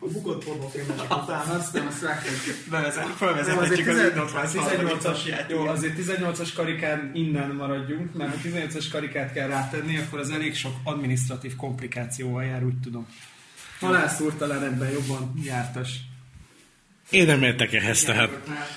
A bukott pornófilmesek után aztán fölvezetjük az Innotrans. Jó, azért 18-as karikán innen maradjunk, mert ha 18-as karikát kell rátenni, akkor az elég sok adminisztratív komplikációval jár, úgy tudom. Halászúrtalan ebben jobban jártas. Én nem értek ehhez, tehát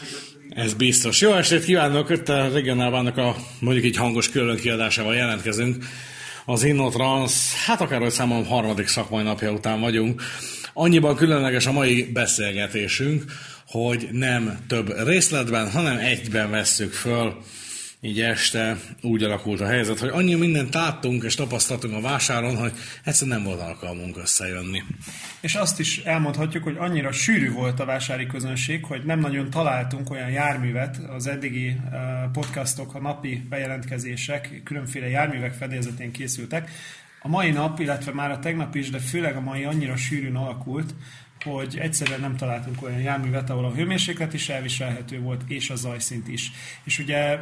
ez biztos. Jó estét kívánok, itt a regionálbánnak a mondjuk egy hangos különkiadásával jelentkezünk. Az Innotrans, hát akárhogy számom harmadik szakmai napja után vagyunk. Annyiban különleges a mai beszélgetésünk, hogy nem több részletben, hanem egyben vesszük föl. Így este úgy alakult a helyzet, hogy annyi mindent láttunk és tapasztaltunk a vásáron, hogy egyszerűen nem volt alkalmunk összejönni. És azt is elmondhatjuk, hogy annyira sűrű volt a vásári közönség, hogy nem nagyon találtunk olyan járművet, az eddigi podcastok, a napi bejelentkezések, különféle járművek fedélzetén készültek. A mai nap, illetve már a tegnap is, de főleg a mai annyira sűrűn alakult, hogy egyszerűen nem találtunk olyan járművet, ahol a hőmérséklet is elviselhető volt, és a zajszint is. És ugye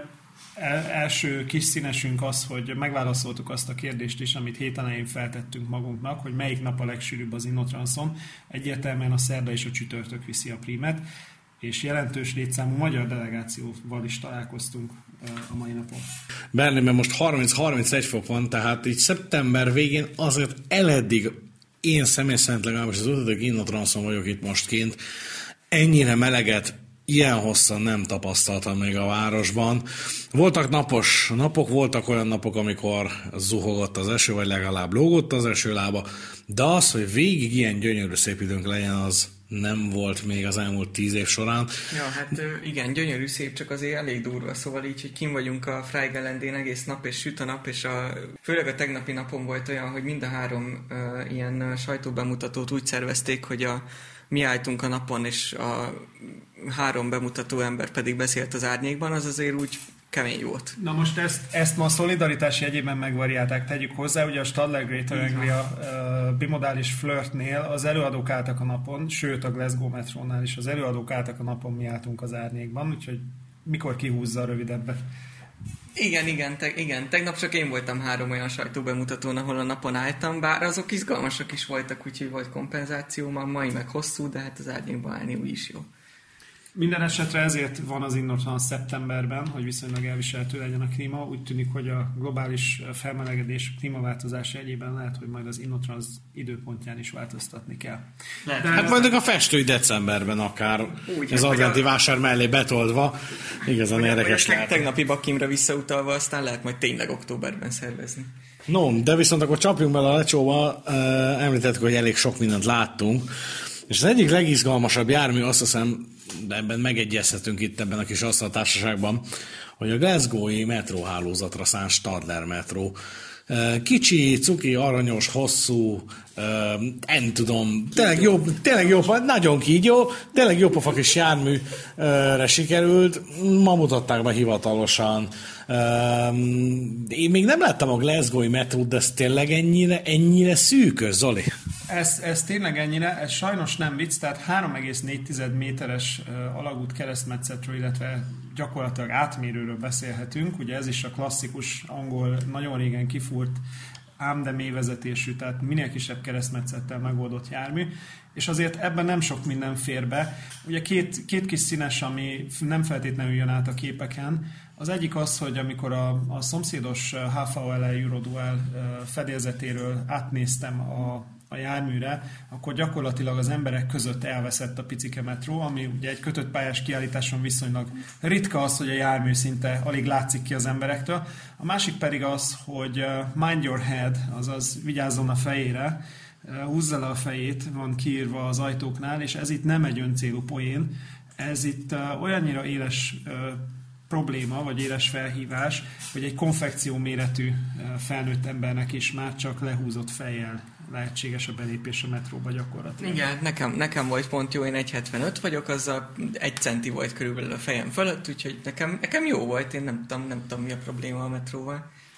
első kis színesünk az, hogy megválaszoltuk azt a kérdést is, amit héten elején feltettünk magunknak, hogy melyik nap a legsűrűbb az Innotranszon. Egyértelműen a szerda és a csütörtök viszi a prímet, és jelentős létszámú magyar delegációval is találkoztunk a mai napon. Berlinben most 30-31 fok van, tehát így szeptember végén azért eleddig én személy szerint legalábbis az 5. Innotranszon vagyok itt most kint. Ennyire meleget ilyen hosszan nem tapasztaltam még a városban. Voltak napos napok, voltak olyan napok, amikor zuhogott az eső, vagy legalább lógott az esőlába, de az, hogy végig ilyen gyönyörű szép időnk legyen, az nem volt még az elmúlt 10 év során. Ja, hát igen, gyönyörű szép, csak azért elég durva, szóval így, hogy kim vagyunk a Freigelendén egész nap, és süt a nap, és főleg a tegnapi napon volt olyan, hogy mind a 3 ilyen sajtóbemutatót úgy szervezték, hogy mi álltunk a napon, és a 3 bemutató ember pedig beszélt az árnyékban, az azért úgy kemény volt. Na most ezt ma a szolidaritás jegyében megvariálták, tegyük hozzá, ugye a Stadler Greater Anglia bimodális flirtnél az előadók álltak a napon, sőt a Glasgow metrónál is az előadók álltak a napon, mi álltunk az árnyékban, úgyhogy mikor kihúzza a rövidebbet? Igen, tegnap csak én voltam 3 olyan sajtóbemutatón, ahol a napon álltam, bár azok izgalmasak is voltak, úgyhogy volt kompenzáció, a mai meg hosszú, de hát az árnyékban állni úgyis jó. Minden esetre ezért van az Innotrans szeptemberben, hogy viszonylag elviselhető legyen a klíma. Úgy tűnik, hogy a globális felmelegedés, klímaváltozás jegyében lehet, hogy majd az Innotrans időpontján is változtatni kell. Hát majd a festői decemberben akár úgy, az adventi vásár mellé betoldva. Igazán érdekes lehet. Tegnapi Bakimra visszautalva, aztán lehet majd tényleg októberben szervezni. No, de viszont akkor csapjunk bele a lecsóba. Említettük, hogy elég sok mindent láttunk. És az egyik legizgalmasabb jármű, azt hiszem, de ebben megegyezhetünk itt ebben a kis asztaltársaságban, hogy a glasgowi metróhálózatra szánt Stadler metró. Kicsi, cuki, aranyos, hosszú, nem tudom, tényleg jobb, nagyon kígyó, tényleg jobb a kis járműre sikerült. Ma mutatták be hivatalosan. Én még nem láttam a glasgowi metrót, de ez tényleg ennyire szűkös, Zoli? Ez tényleg ennyire, ez sajnos nem vicc, tehát 3,4 méteres alagút keresztmetszetről, illetve gyakorlatilag átmérőről beszélhetünk. Ugye ez is a klasszikus angol, nagyon régen kifúrt ám de mély vezetésű, tehát minél kisebb keresztmetszettel megoldott jármű, és azért ebben nem sok minden fér be. Ugye két kis színes, ami nem feltétlenül jön át a képeken. Az egyik az, hogy amikor a szomszédos HVLL Eurodual fedélzetéről átnéztem a járműre, akkor gyakorlatilag az emberek között elveszett a picike metró, ami ugye egy kötött pályás kiállításon viszonylag ritka az, hogy a jármű szinte alig látszik ki az emberektől. A másik pedig az, hogy mind your head, azaz vigyázzon a fejére, húzza le a fejét, van kiírva az ajtóknál, és ez itt nem egy öncélú poén, ez itt olyannyira éles probléma, vagy éles felhívás, hogy egy konfekció méretű felnőtt embernek is már csak lehúzott fejjel lehetséges a belépés a metróba gyakorlatilag. Igen, nekem volt pont jó, én 1,75 vagyok, azzal 1 centi volt körülbelül a fejem fölött, úgyhogy nekem jó volt, én nem tudom mi a probléma a metróval.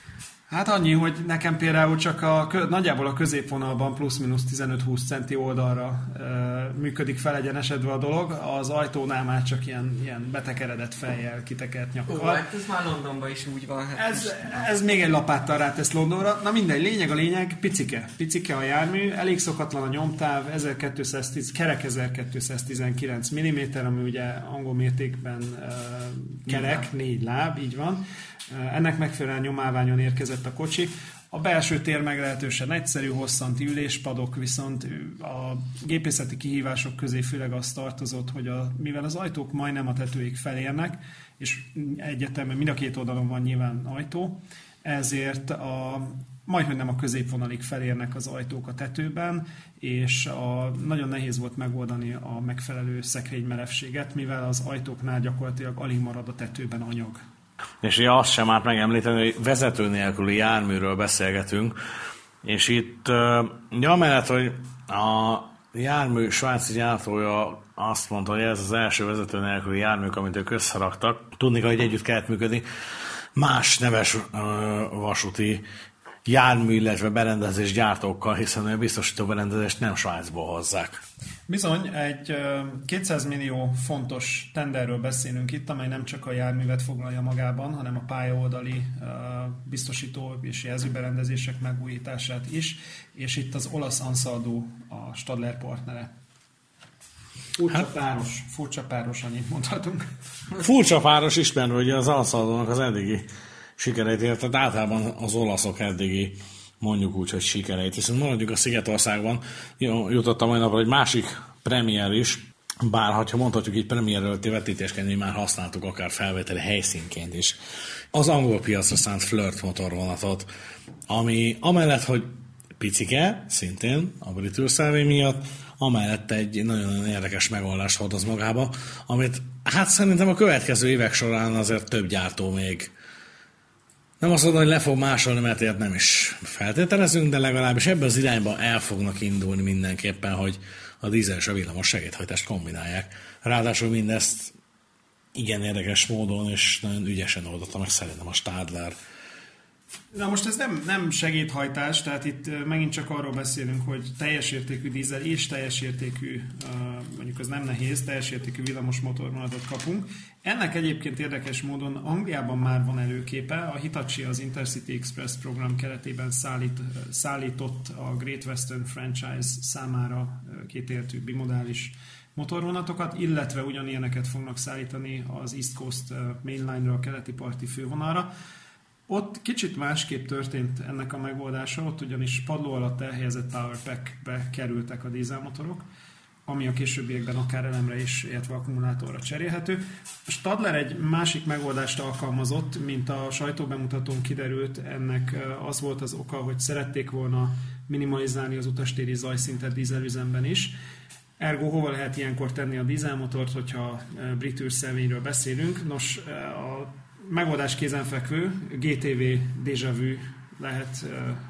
Hát annyi, hogy nekem például csak nagyjából a középvonalban plusz-minusz 15-20 centi oldalra működik felegyenesedve a dolog, az ajtónál már csak ilyen betekeredett fejjel, kitekert nyakkal. Hát ez már Londonban is úgy van. Hát ez még egy lapáttal rátesz Londonra. Na mindegy, a lényeg, picike a jármű, elég szokatlan a nyomtáv, kerek 1219 mm, ami ugye angol mértékben kerek, 4 láb, így van. Ennek megfelelően nyomáványon érkezett a kocsi. A belső tér meglehetősen egyszerű, hosszanti üléspadok, viszont a gépészeti kihívások közé főleg az tartozott, hogy mivel az ajtók majdnem a tetőig felérnek, és egyértelműen mind a két oldalon van nyilván ajtó, ezért majdhogy nem a középvonalig felérnek az ajtók a tetőben, és nagyon nehéz volt megoldani a megfelelő szekrénymerevséget, mivel az ajtóknál gyakorlatilag alig marad a tetőben anyag. És ugye azt sem árt megemlíteni, hogy vezető nélküli járműről beszélgetünk, és itt amellett, hogy a jármű svájci gyártója azt mondta, hogy ez az első vezető nélküli járműk, amit ők összeraktak, tudni, hogy együtt kellett működni más neves vasúti jármű, illetve berendezés gyártókkal, hiszen a biztosító berendezést nem Svájcból hozzák. Bizony, egy 200 millió fontos tenderről beszélünk itt, amely nem csak a járművet foglalja magában, hanem a pályaoldali biztosító és jelzőberendezések megújítását is, és itt az olasz Ansaldo a Stadler partnere. Furcsa páros, annyit mondhatunk. Furcsa páros, ismerve ugye az Ansaldónak az eddigi sikereit, tehát általában az olaszok eddigi, mondjuk úgy, hogy sikereit. Viszont maradjuk a Szigetországban, jutott a mai napra egy másik premier is, bár ha mondhatjuk így premier előtti vetítésként, mi már használtuk akár felvételi helyszínként is. Az angol piacra szánt Flirt motorvonatot, ami amellett, hogy picike, szintén a brit űrszelvény miatt, amellett egy nagyon érdekes megoldást hordoz magába, amit hát szerintem a következő évek során azért több gyártó még nem azt mondom, hogy le fog másolni, mert ilyet nem is feltételezünk, de legalábbis ebben az irányban el fognak indulni mindenképpen, hogy a dízel és a villamos segédhajtást kombinálják. Ráadásul mindezt igen érdekes módon és nagyon ügyesen oldotta meg szerintem a Stadler. Na most ez nem segédhajtás, tehát itt megint csak arról beszélünk, hogy teljes értékű dízel és teljes értékű, mondjuk az nem nehéz, teljes értékű villamos motorvonatot kapunk. Ennek egyébként érdekes módon Angliában már van előképe, a Hitachi az Intercity Express program keretében szállított a Great Western franchise számára kétértű bimodális motorvonatokat, illetve ugyanilyeneket fognak szállítani az East Coast Mainline-ra, a keleti parti fővonalra. Ott kicsit másképp történt ennek a megoldása, ott ugyanis padló alatt elhelyezett Powerpack-be kerültek a dízelmotorok, ami a későbbiekben akár elemre is, illetve akkumulátorra cserélhető. A Stadler egy másik megoldást alkalmazott, mint a sajtóbemutatón kiderült, ennek az volt az oka, hogy szerették volna minimalizálni az utastéri zajszintet dízelüzemben is. Ergo hova lehet ilyenkor tenni a dízelmotort, hogyha brit űrszelvényről beszélünk? Nos, a megoldás kézenfekvő, GTV Déjà Vu lehet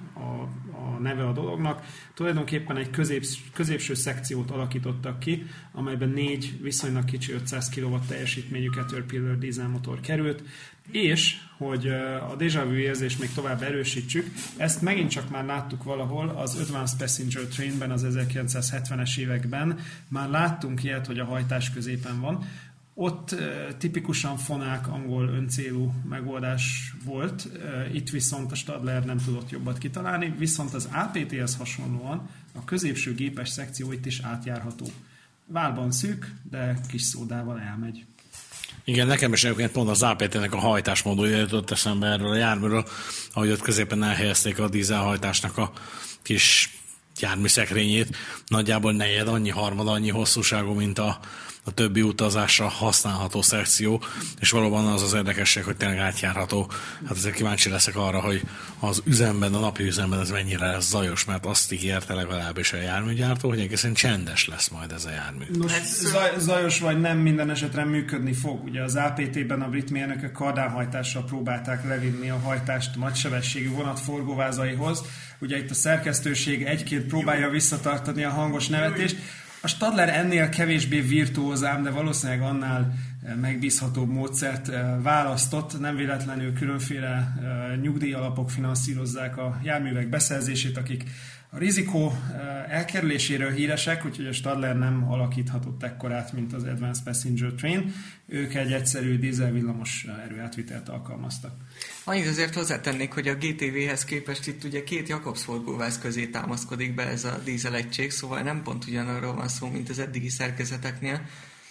a neve a dolognak. Tulajdonképpen egy középső szekciót alakítottak ki, amelyben 4 viszonylag kicsi 500 kW teljesítményű Caterpillar dízelmotor került, és hogy a Déjà Vu érzést még tovább erősítsük, ezt megint csak már láttuk valahol az Advanced Passenger Trainben az 1970-es években, már láttunk ilyet, hogy a hajtás középen van. Ott tipikusan fonák angol öncélú megoldás volt, itt viszont a Stadler nem tudott jobbat kitalálni, viszont az APT-hez hasonlóan a középső gépes szekció itt is átjárható. Válban szűk, de kis szódával elmegy. Igen, nekem is egyébként pont az APT-nek a hajtásmódúja jutott eszembe erről a járműről, ahogy ott középen elhelyezték a dízelhajtásnak a kis járműszekrényét. Nagyjából negyed annyi, harmad annyi hosszúságú, mint a többi utazásra használható szekció, és valóban az az érdekesség, hogy tényleg átjárható. Hát ezért kíváncsi leszek arra, hogy az üzemben, a napi üzemben ez mennyire lesz zajos, mert azt ígérte legalábbis a járműgyártó, hogy egészen csendes lesz majd ez a jármű. Nos, zajos vagy nem, minden esetre működni fog. Ugye az APT-ben a brit mérnökök kardánhajtással próbálták levinni a hajtást a nagysebességű vonat forgóvázaihoz. Ugye itt a szerkesztőség egy-két próbálja visszatartani a hangos nevetést. A Stadler ennél kevésbé virtuózám, de valószínűleg annál megbízhatóbb módszert választott. Nem véletlenül különféle nyugdíjalapok finanszírozzák a járművek beszerzését, akik a rizikó elkerüléséről híresek, úgyhogy a Stadler nem alakíthatott ekkorát, mint az Advanced Passenger Train. Ők egy egyszerű dízelvillamos erőátvitelt alkalmaztak. Annyit azért hozzátennék, hogy a GTV-hez képest itt ugye két Jakobs forgóváz közé támaszkodik be ez a dízel egység, szóval nem pont ugyanarról van szó, mint az eddigi szerkezeteknél.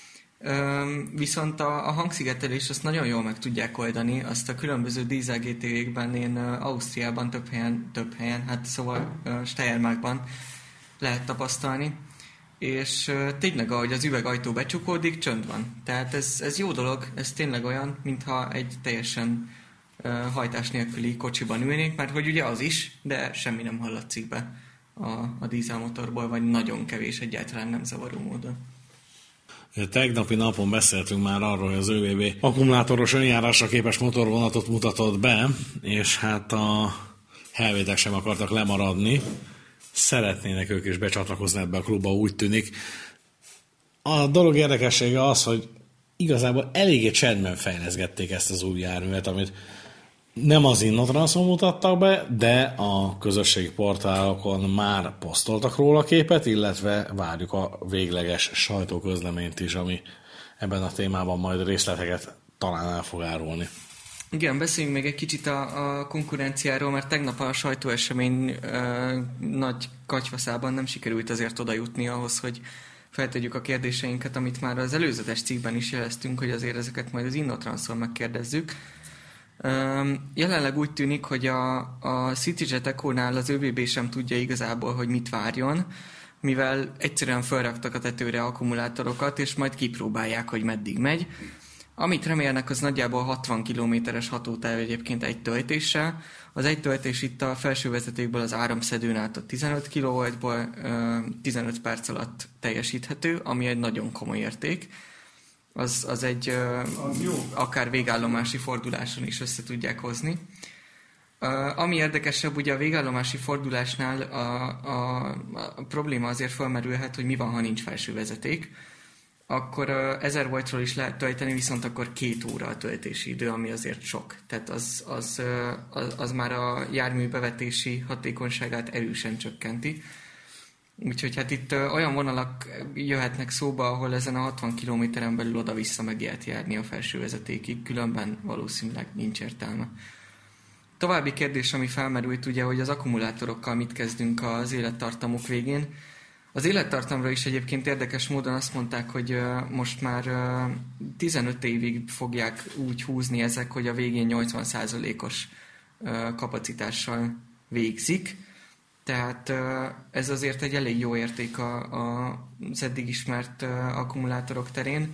Viszont a hangszigetelést azt nagyon jól meg tudják oldani, azt a különböző dízel GTV-kben én Ausztriában több helyen, hát szóval Steiermarkban lehet tapasztalni, és tényleg ahogy az üvegajtó becsukódik, csönd van. Tehát ez jó dolog, ez tényleg olyan, mintha egy teljesen hajtás nélküli kocsiban ülnék, mert hogy ugye az is, de semmi nem hallatszik be a dízelmotorból, vagy nagyon kevés, egyáltalán nem zavaró módon. Tegnapi napon beszéltünk már arról, hogy az ÖBB akkumulátoros önjárásra képes motorvonatot mutatott be, és hát a helvétek sem akartak lemaradni. Szeretnének ők is becsatlakozni ebbe a klubba, úgy tűnik. A dolog érdekessége az, hogy igazából eléggé csendben fejleszgették ezt az új járművet, amit nem az Innotranszon mutattak be, de a közösségi portálokon már posztoltak róla képet, illetve várjuk a végleges sajtóközleményt is, ami ebben a témában majd részleteket talán el fog árulni. Igen, beszéljünk még egy kicsit a konkurenciáról, mert tegnap a sajtóesemény nagy katyvaszában nem sikerült azért oda jutni ahhoz, hogy feltegyük a kérdéseinket, amit már az előzetes cikkben is jeleztünk, hogy azért ezeket majd az Innotranszon megkérdezzük. Jelenleg úgy tűnik, hogy a CityJet Eco-nál az ÖBB sem tudja igazából, hogy mit várjon, mivel egyszerűen felraktak a tetőre akkumulátorokat, és majd kipróbálják, hogy meddig megy. Amit remélnek, az nagyjából 60 km-es hatótáv egyébként egy töltéssel. Az egy töltés itt a felső vezetékből az áramszedőn át a 15 kW-ból 15 perc alatt teljesíthető, ami egy nagyon komoly érték. Az egy akár végállomási forduláson is össze tudják hozni. Ami érdekesebb, ugye a végállomási fordulásnál a probléma azért felmerülhet, hogy mi van, ha nincs felső vezeték. Akkor 1000 voltról is lehet tölteni, viszont akkor 2 óra a töltési idő, ami azért sok. Tehát az már a jármű bevetési hatékonyságát erősen csökkenti. Úgyhogy hát itt olyan vonalak jöhetnek szóba, ahol ezen a 60 kilométeren belül oda-vissza meg lehet járni a felső vezetékig, különben valószínűleg nincs értelme. További kérdés, ami felmerült, ugye, hogy az akkumulátorokkal mit kezdünk az élettartamuk végén. Az élettartamra is egyébként érdekes módon azt mondták, hogy most már 15 évig fogják úgy húzni ezek, hogy a végén 80%-os kapacitással végzik. Tehát ez azért egy elég jó érték az eddig ismert akkumulátorok terén.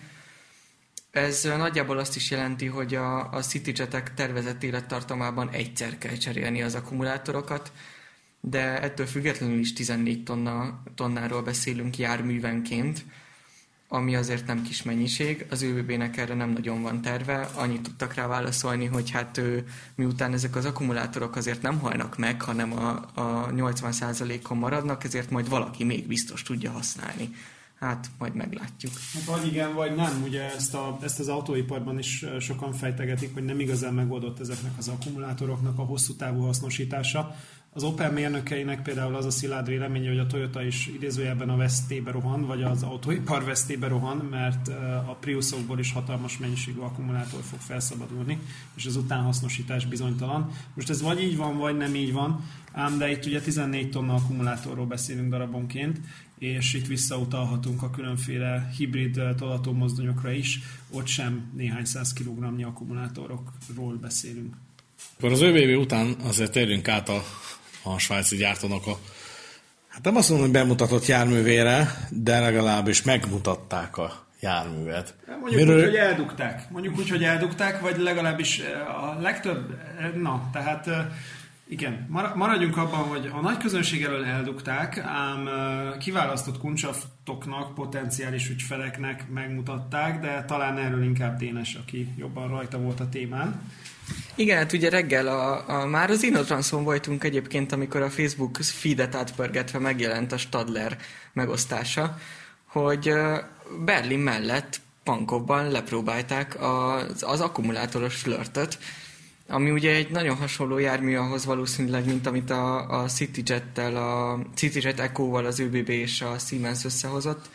Ez nagyjából azt is jelenti, hogy a CityJetek tervezett élettartamában egyszer kell cserélni az akkumulátorokat, de ettől függetlenül is 14 tonnáról beszélünk járművenként, ami azért nem kis mennyiség. Az ÖBB-nek erre nem nagyon van terve. Annyit tudtak rá válaszolni, hogy hát miután ezek az akkumulátorok azért nem halnak meg, hanem a 80%-on maradnak, ezért majd valaki még biztos tudja használni. Hát, majd meglátjuk. Hát vagy igen, vagy nem. Ugye ezt az autóiparban is sokan fejtegetik, hogy nem igazán megoldott ezeknek az akkumulátoroknak a hosszú távú hasznosítása. Az Opel mérnökeinek például az a szilárd véleménye, hogy a Toyota is idézőjelben a vesztébe rohan, vagy az autóipar vesztébe rohan, mert a Priusokból is hatalmas mennyiségű akkumulátor fog felszabadulni, és az utánhasznosítás bizonytalan. Most ez vagy így van, vagy nem így van, ám de itt ugye 14 tonna akkumulátorról beszélünk darabonként, és itt visszautalhatunk a különféle hibrid tolatómozdonyokra is, ott sem néhány 100 kg-nyi akkumulátorokról beszélünk. Akkor az ÖBB után azért térjünk át a svájci gyártónak hát nem azt mondom, hogy bemutatott járművére, de legalábbis megmutatták a járművet. Mondjuk úgy, hogy eldugták. Vagy legalábbis a legtöbb, tehát igen, maradjunk abban, hogy a nagy közönség elől eldugták, ám kiválasztott kuncsaftok potenciális ügyfeleknek megmutatták, de talán erről inkább Dénes, aki jobban rajta volt a témán. Igen, hát ugye reggel már az Innotranszon voltunk egyébként, amikor a Facebook feedet átpörgetve megjelent a Stadler megosztása, hogy Berlin mellett Pankovban lepróbálták az akkumulátoros Flirtöt, ami ugye egy nagyon hasonló jármű ahhoz valószínűleg, mint amit a CityJet Echo-val az ÖBB és a Siemens összehozott.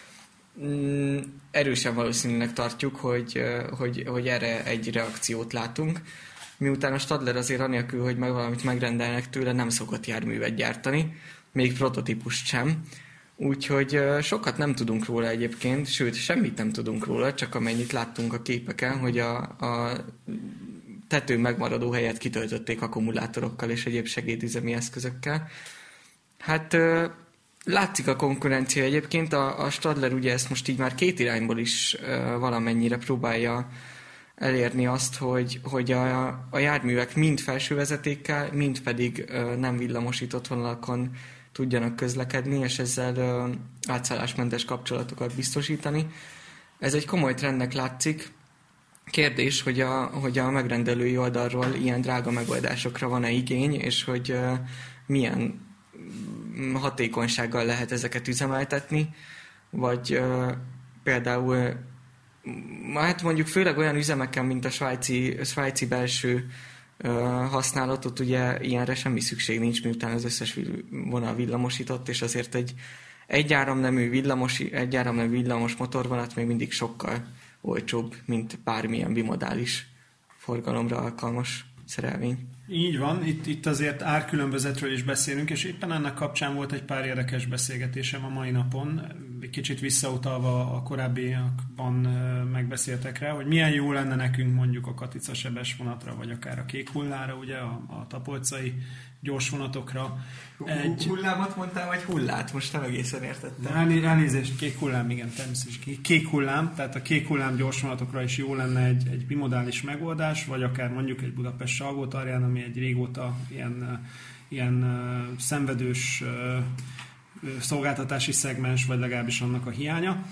Erősen valószínűleg tartjuk, hogy erre egy reakciót látunk. Miután a Stadler azért anélkül, hogy valamit megrendelnek tőle, nem szokott járművet gyártani, még prototípust sem. Úgyhogy sokat nem tudunk róla egyébként, sőt, semmit nem tudunk róla, csak amennyit láttunk a képeken, hogy a tetőn megmaradó helyet kitöltötték akkumulátorokkal és egyéb segédüzemi eszközökkel. Hát látszik a konkurencia egyébként, a Stadler ugye ezt most így már két irányból is valamennyire próbálja elérni azt, hogy a járművek mind felsővezetékkel, mind pedig nem villamosított vonalakon tudjanak közlekedni, és ezzel átszállásmentes kapcsolatokat biztosítani. Ez egy komoly trendnek látszik. Kérdés, hogy a megrendelői oldalról ilyen drága megoldásokra van-e igény, és hogy milyen hatékonysággal lehet ezeket üzemeltetni, vagy például hát mondjuk főleg olyan üzemeken, mint a svájci belső használatot, ugye ilyenre semmi szükség nincs, miután az összes vonal villamosított, és azért egy áramnemű villamos motorvonat még mindig sokkal olcsóbb, mint bármilyen bimodális forgalomra alkalmas szerelvény. Így van, itt azért árkülönbözetről is beszélünk, és éppen ennek kapcsán volt egy pár érdekes beszélgetésem a mai napon, egy kicsit visszautalva a korábbiakban megbeszéltekre, hogy milyen jó lenne nekünk mondjuk a Katica-sebes vonatra, vagy akár a kék hullára, ugye a tapolcai gyors vonatokra. Hullámot mondtál, vagy hullát? Most nem egészen értettem. Elnézést, kék hullám, igen, természetesen. Kék hullám, tehát a kék hullám gyors vonatokra is jó lenne egy bimodális megoldás, vagy akár mondjuk egy Budapest-Salgótarján, ami egy régóta ilyen szenvedős szolgáltatási szegmens, vagy legalábbis annak a hiánya.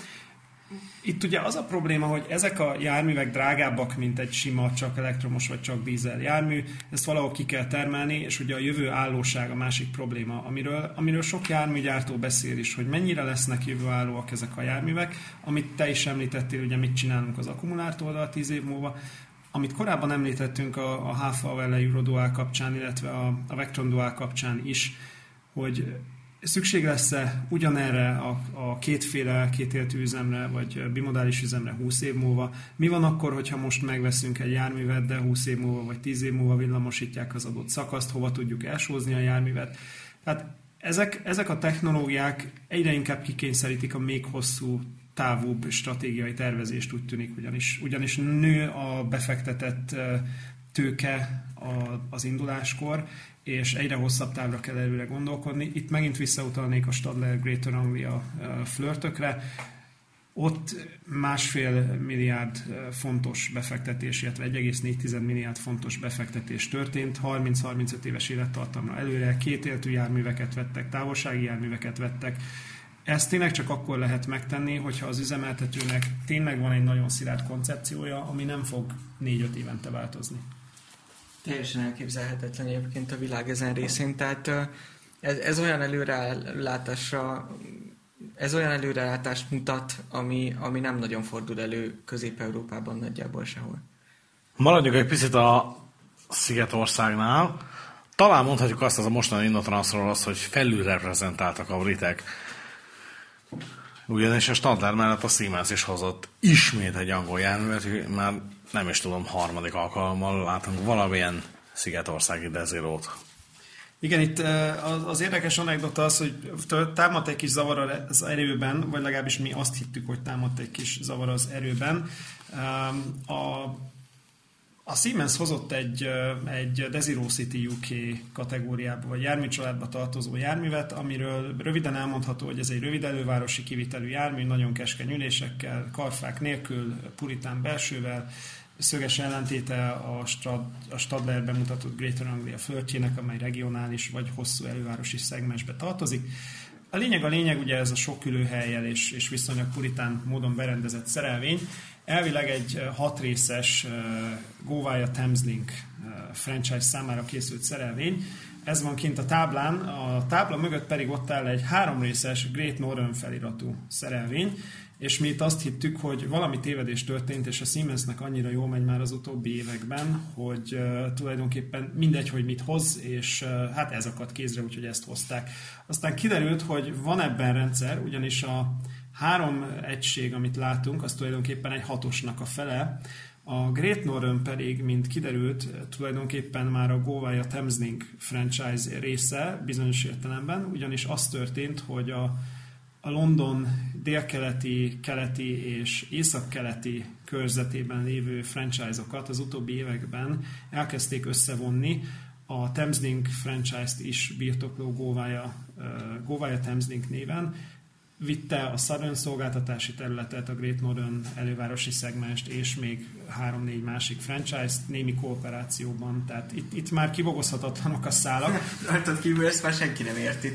Itt ugye az a probléma, hogy ezek a járművek drágábbak, mint egy sima, csak elektromos vagy csak dízel jármű, ezt valahol ki kell termelni, és ugye a jövő állóság a másik probléma, amiről sok járműgyártó beszél is, hogy mennyire lesznek jövőállóak ezek a járművek, amit te is említettél, ugye mit csinálunk az akkumulátoroddal 10 év múlva, amit korábban említettünk a HVL Eurodual kapcsán, illetve a Vectron Dual kapcsán is, hogy szükség lesz-e ugyanerre a kétéltű üzemre, vagy bimodális üzemre 20 év múlva? Mi van akkor, hogyha most megveszünk egy járművet, de 20 év múlva, vagy 10 év múlva villamosítják az adott szakaszt, hova tudjuk elsózni a járművet? Tehát ezek a technológiák egyre inkább kikényszerítik a még hosszú távúbb stratégiai tervezést, úgy tűnik, ugyanis nő a befektetett tőke az induláskor, és egyre hosszabb távra kell előre gondolkodni. Itt megint visszautalnék a Stadler Greater Anglia Flirtökre. Ott 1,5 milliárd fontos befektetés, illetve 1,4 milliárd fontos befektetés történt. 30-35 éves élettartamra előre kétéltű járműveket vettek, távolsági járműveket vettek. Ezt tényleg csak akkor lehet megtenni, hogyha az üzemeltetőnek tényleg van egy nagyon szilárd koncepciója, ami nem fog 4-5 évente változni. Teljesen elképzelhetetlen egyébként a világ ezen részén, tehát ez olyan előrelátást mutat, ami nem nagyon fordul elő Közép-Európában nagyjából sehol. Maradjunk egy picit a Szigetországnál. Talán mondhatjuk azt az a mostani Innotranszról azt, hogy felülreprezentáltak a britek. Ugyanis a Stadler mellett a Siemens is hozott ismét egy angol járművet, már nem is tudom, harmadik alkalommal látunk valamilyen szigetországi Desirót. Igen, itt az érdekes anekdota az, hogy támadt egy kis zavar az erőben, vagy legalábbis mi azt hittük, hogy támadt egy kis zavar az erőben. A Siemens hozott egy Desiro City UK kategóriába, vagy járműcsaládba tartozó járművet, amiről röviden elmondható, hogy ez egy rövid elővárosi kivitelű jármű, nagyon keskeny ülésekkel, karfák nélkül, puritán belsővel, szöges ellentéte a Stadlerben mutatott Greater Anglia Flirtjének, amely regionális vagy hosszú elővárosi szegmensbe tartozik. A lényeg ugye ez a sok ülőhellyel és viszonylag puritán módon berendezett szerelvény. Elvileg egy 6 részes Go Via Thameslink franchise számára készült szerelvény, ez van kint a táblán, a tábla mögött pedig ott áll egy 3 részes Great Northern feliratú szerelvény, és mi itt azt hittük, hogy valami tévedés történt, és a Siemensnek annyira jól megy már az utóbbi években, hogy tulajdonképpen mindegy, hogy mit hoz, és hát ez akadt kézre, úgyhogy ezt hozták. Aztán kiderült, hogy van ebben rendszer, ugyanis a 3 egység, amit látunk, az tulajdonképpen egy 6-osnak a fele, a Great Northern pedig, mint kiderült, tulajdonképpen már a GoVia Thameslink franchise része bizonyos értelemben, ugyanis az történt, hogy a London délkeleti, keleti és északkeleti körzetében lévő franchise-okat az utóbbi években elkezdték összevonni, a Thameslink franchise-t is birtokló GoVia Thameslink néven, vitte a Southern szolgáltatási területet, a Great Northern elővárosi szegmest, és még 3-4 másik franchise-t némi kooperációban. Tehát itt már kibogozhatatlanok a szálak. Rajtad kívül ezt már senki nem érti.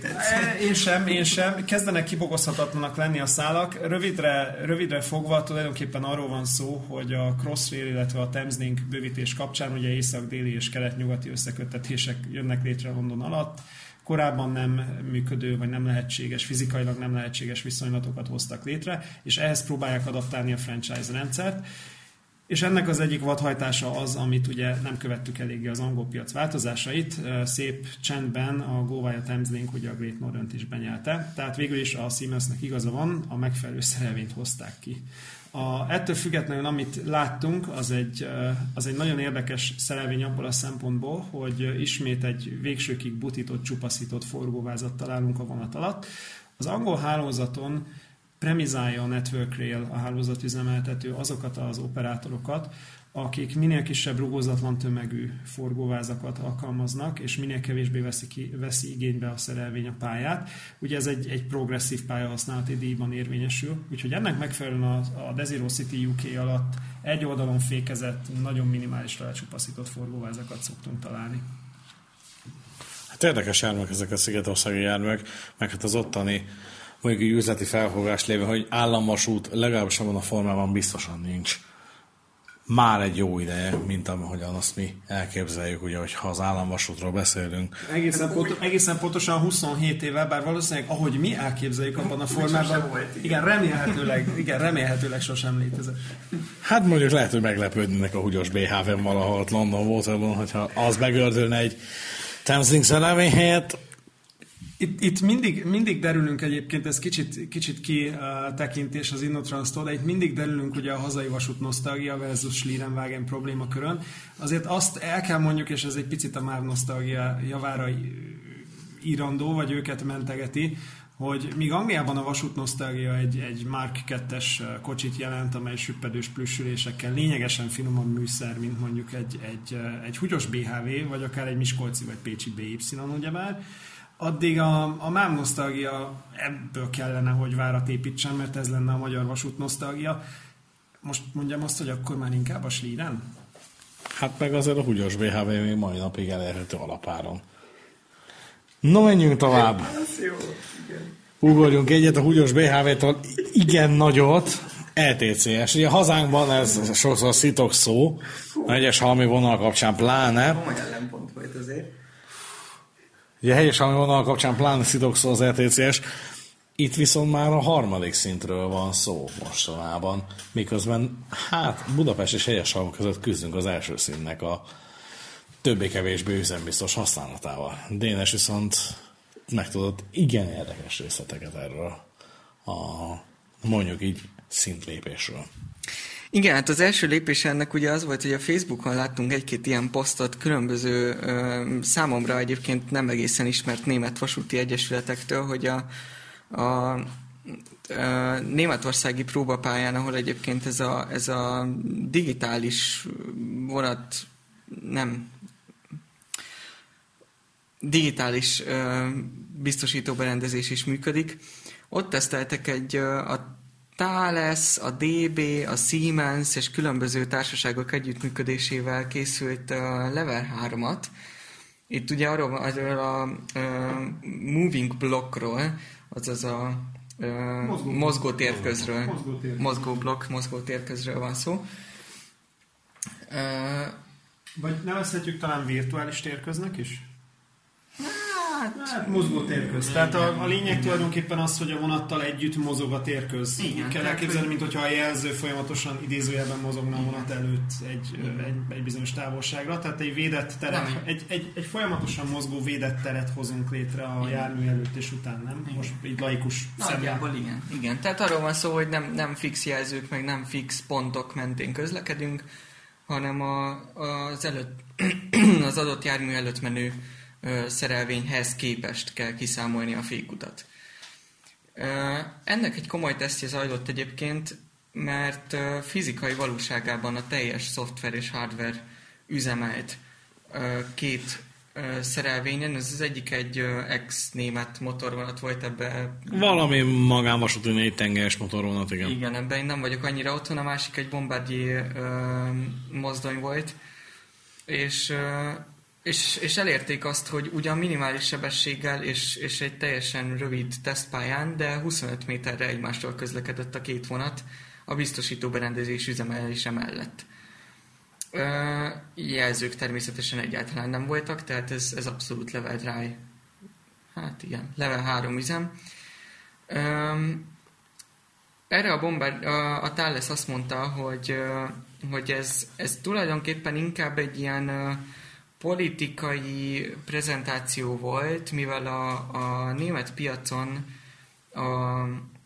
Én sem. Kezdenek kibogozhatatlanak lenni a szálak. Rövidre fogva tulajdonképpen arról van szó, hogy a Crossrail, illetve a Thameslink bővítés kapcsán ugye észak-déli és kelet-nyugati összeköttetések jönnek létre London alatt. Korábban nem működő, vagy nem lehetséges, fizikailag nem lehetséges viszonylatokat hoztak létre, és ehhez próbálják adaptálni a franchise rendszert. És ennek az egyik vadhajtása az, amit ugye nem követtük eléggé az angol piac változásait, szép csendben a GoVia Thameslink ugye a Great Northern-t is benyelte, tehát végül is a Siemensnek igaza van, a megfelelő szerelvényt hozták ki. Ettől függetlenül, amit láttunk, az egy nagyon érdekes szerelvény abból a szempontból, hogy ismét egy végsőkig butított, csupaszított forgóvázat találunk a vonat alatt. Az angol hálózaton premizálja a Network Rail, a hálózatüzemeltető azokat az operátorokat, akik minél kisebb rugózatlan tömegű forgóvázakat alkalmaznak, és minél kevésbé veszi igénybe a szerelvény a pályát. Ugye ez egy progresszív pályahasználati díjban érvényesül, úgyhogy ennek megfelelően a Desiro City UK alatt egy oldalon fékezett, nagyon minimálisra lecsupaszított forgóvázakat szoktunk találni. Hát érdekes járműek ezek a szigetországi járműek, meg hát az ottani mondjuk üzleti felfogás lévén, hogy államvasút legalábbis abban a formában biztosan nincs. Már egy jó ideje, mint ahogyan azt mi elképzeljük, ugye, hogyha az államvasútról beszélünk. Egészen pontosan 27 éve, bár valószínűleg ahogy mi elképzeljük abban a formában, igen, remélhetőleg sosem létezett. Hát mondjuk lehet, hogy meglepődnének a húgyos BHV-n valahol ott London Waterloo, hogyha az megördülne egy Thameslink szerelvény helyett. Itt mindig derülünk egyébként, ez kicsit kitekintés az Innotranstól, de itt mindig derülünk ugye a hazai vasút nosztalgia versus Schlierenwagen problémakörön. Azért azt el kell mondjuk, és ez egy picit a MÁV nosztalgia javára írandó, vagy őket mentegeti, hogy míg Angliában a vasút nosztalgia egy Mark 2-es kocsit jelent, amely süppedős plüssülésekkel lényegesen finomabb műszer, mint mondjuk egy húgyos BHV, vagy akár egy miskolci vagy pécsi BY, ugyebár, addig a MÁV nosztalgia ebből kellene, hogy várat építsen, mert ez lenne a magyar vasút nosztalgia. Most mondjam azt, hogy akkor már inkább a Schlieren? Hát meg azért a húgyos BHV még mai napig elérhető alapáron. No, menjünk tovább. Ugorjunk egyet a húgyos BHV-től, igen nagyot, ETCS. Ugye a hazánkban ez sokszor szitok szó, a egyes halmi vonal kapcsán pláne. Komoly ellenpont volt azért. Ugye a hegyes halmi vonal kapcsán pláne szitok szó az ETCS. Itt viszont már a harmadik szintről van szó mostanában, miközben hát Budapest és Hegyeshalom között küzdünk az első szintnek a többé-kevésbé üzembiztos használatával. Dénes viszont megtudott igen érdekes részleteket erről a mondjuk így szintlépésről. Igen, hát az első lépés ennek ugye az volt, hogy a Facebookon láttunk egy-két ilyen posztot különböző számomra egyébként nem egészen ismert német vasúti egyesületektől, hogy a németországi próbapályán, ahol egyébként ez a digitális vonat, nem digitális biztosítóberendezés is működik. Ott teszteltek a Thales, a DB, a Siemens és különböző társaságok együttműködésével készült Level 3-at. Itt ugye arról a moving blockról, azaz a mozgótérközről, mozgótérközről van szó. Vagy nevezhetjük talán virtuális térköznek is? Hát mozgó térköz. Tehát a lényeg tulajdonképpen az, hogy a vonattal együtt mozog a térköz. Igen, kell elképzelni, mint hogyha a jelző folyamatosan idézőjelben mozogna a vonat előtt egy bizonyos távolságra. Tehát egy védett teret, egy folyamatosan mozgó védett teret hozunk létre a jármű előtt és után, nem? Igen. Most így laikus nagyjából igen. Tehát arról van szó, hogy nem fix jelzők, meg nem fix pontok mentén közlekedünk, hanem az adott jármű előtt menő szerelvényhez képest kell kiszámolni a fékutat. Ennek egy komoly tesztje zajlott egyébként, mert fizikai valóságában a teljes szoftver és hardware üzemelt két szerelvényen, ez az egyik egy ex-német motorvonat volt ebbe. Valami magánvasúti 4 tengelyes motorvonat, igen. Igen, ebben én nem vagyok annyira otthon, a másik egy Bombardier mozdony volt, és elérték azt, hogy ugyan minimális sebességgel és egy teljesen rövid tesztpályán, de 25 méterre egymástól közlekedett a két vonat a biztosító berendezés üzemelése mellett. Jelzők természetesen egyáltalán nem voltak, tehát ez abszolút level dry. Hát igen, level 3 üzem. Erre a Thales azt mondta, hogy ez tulajdonképpen inkább egy ilyen politikai prezentáció volt, mivel a német piacon a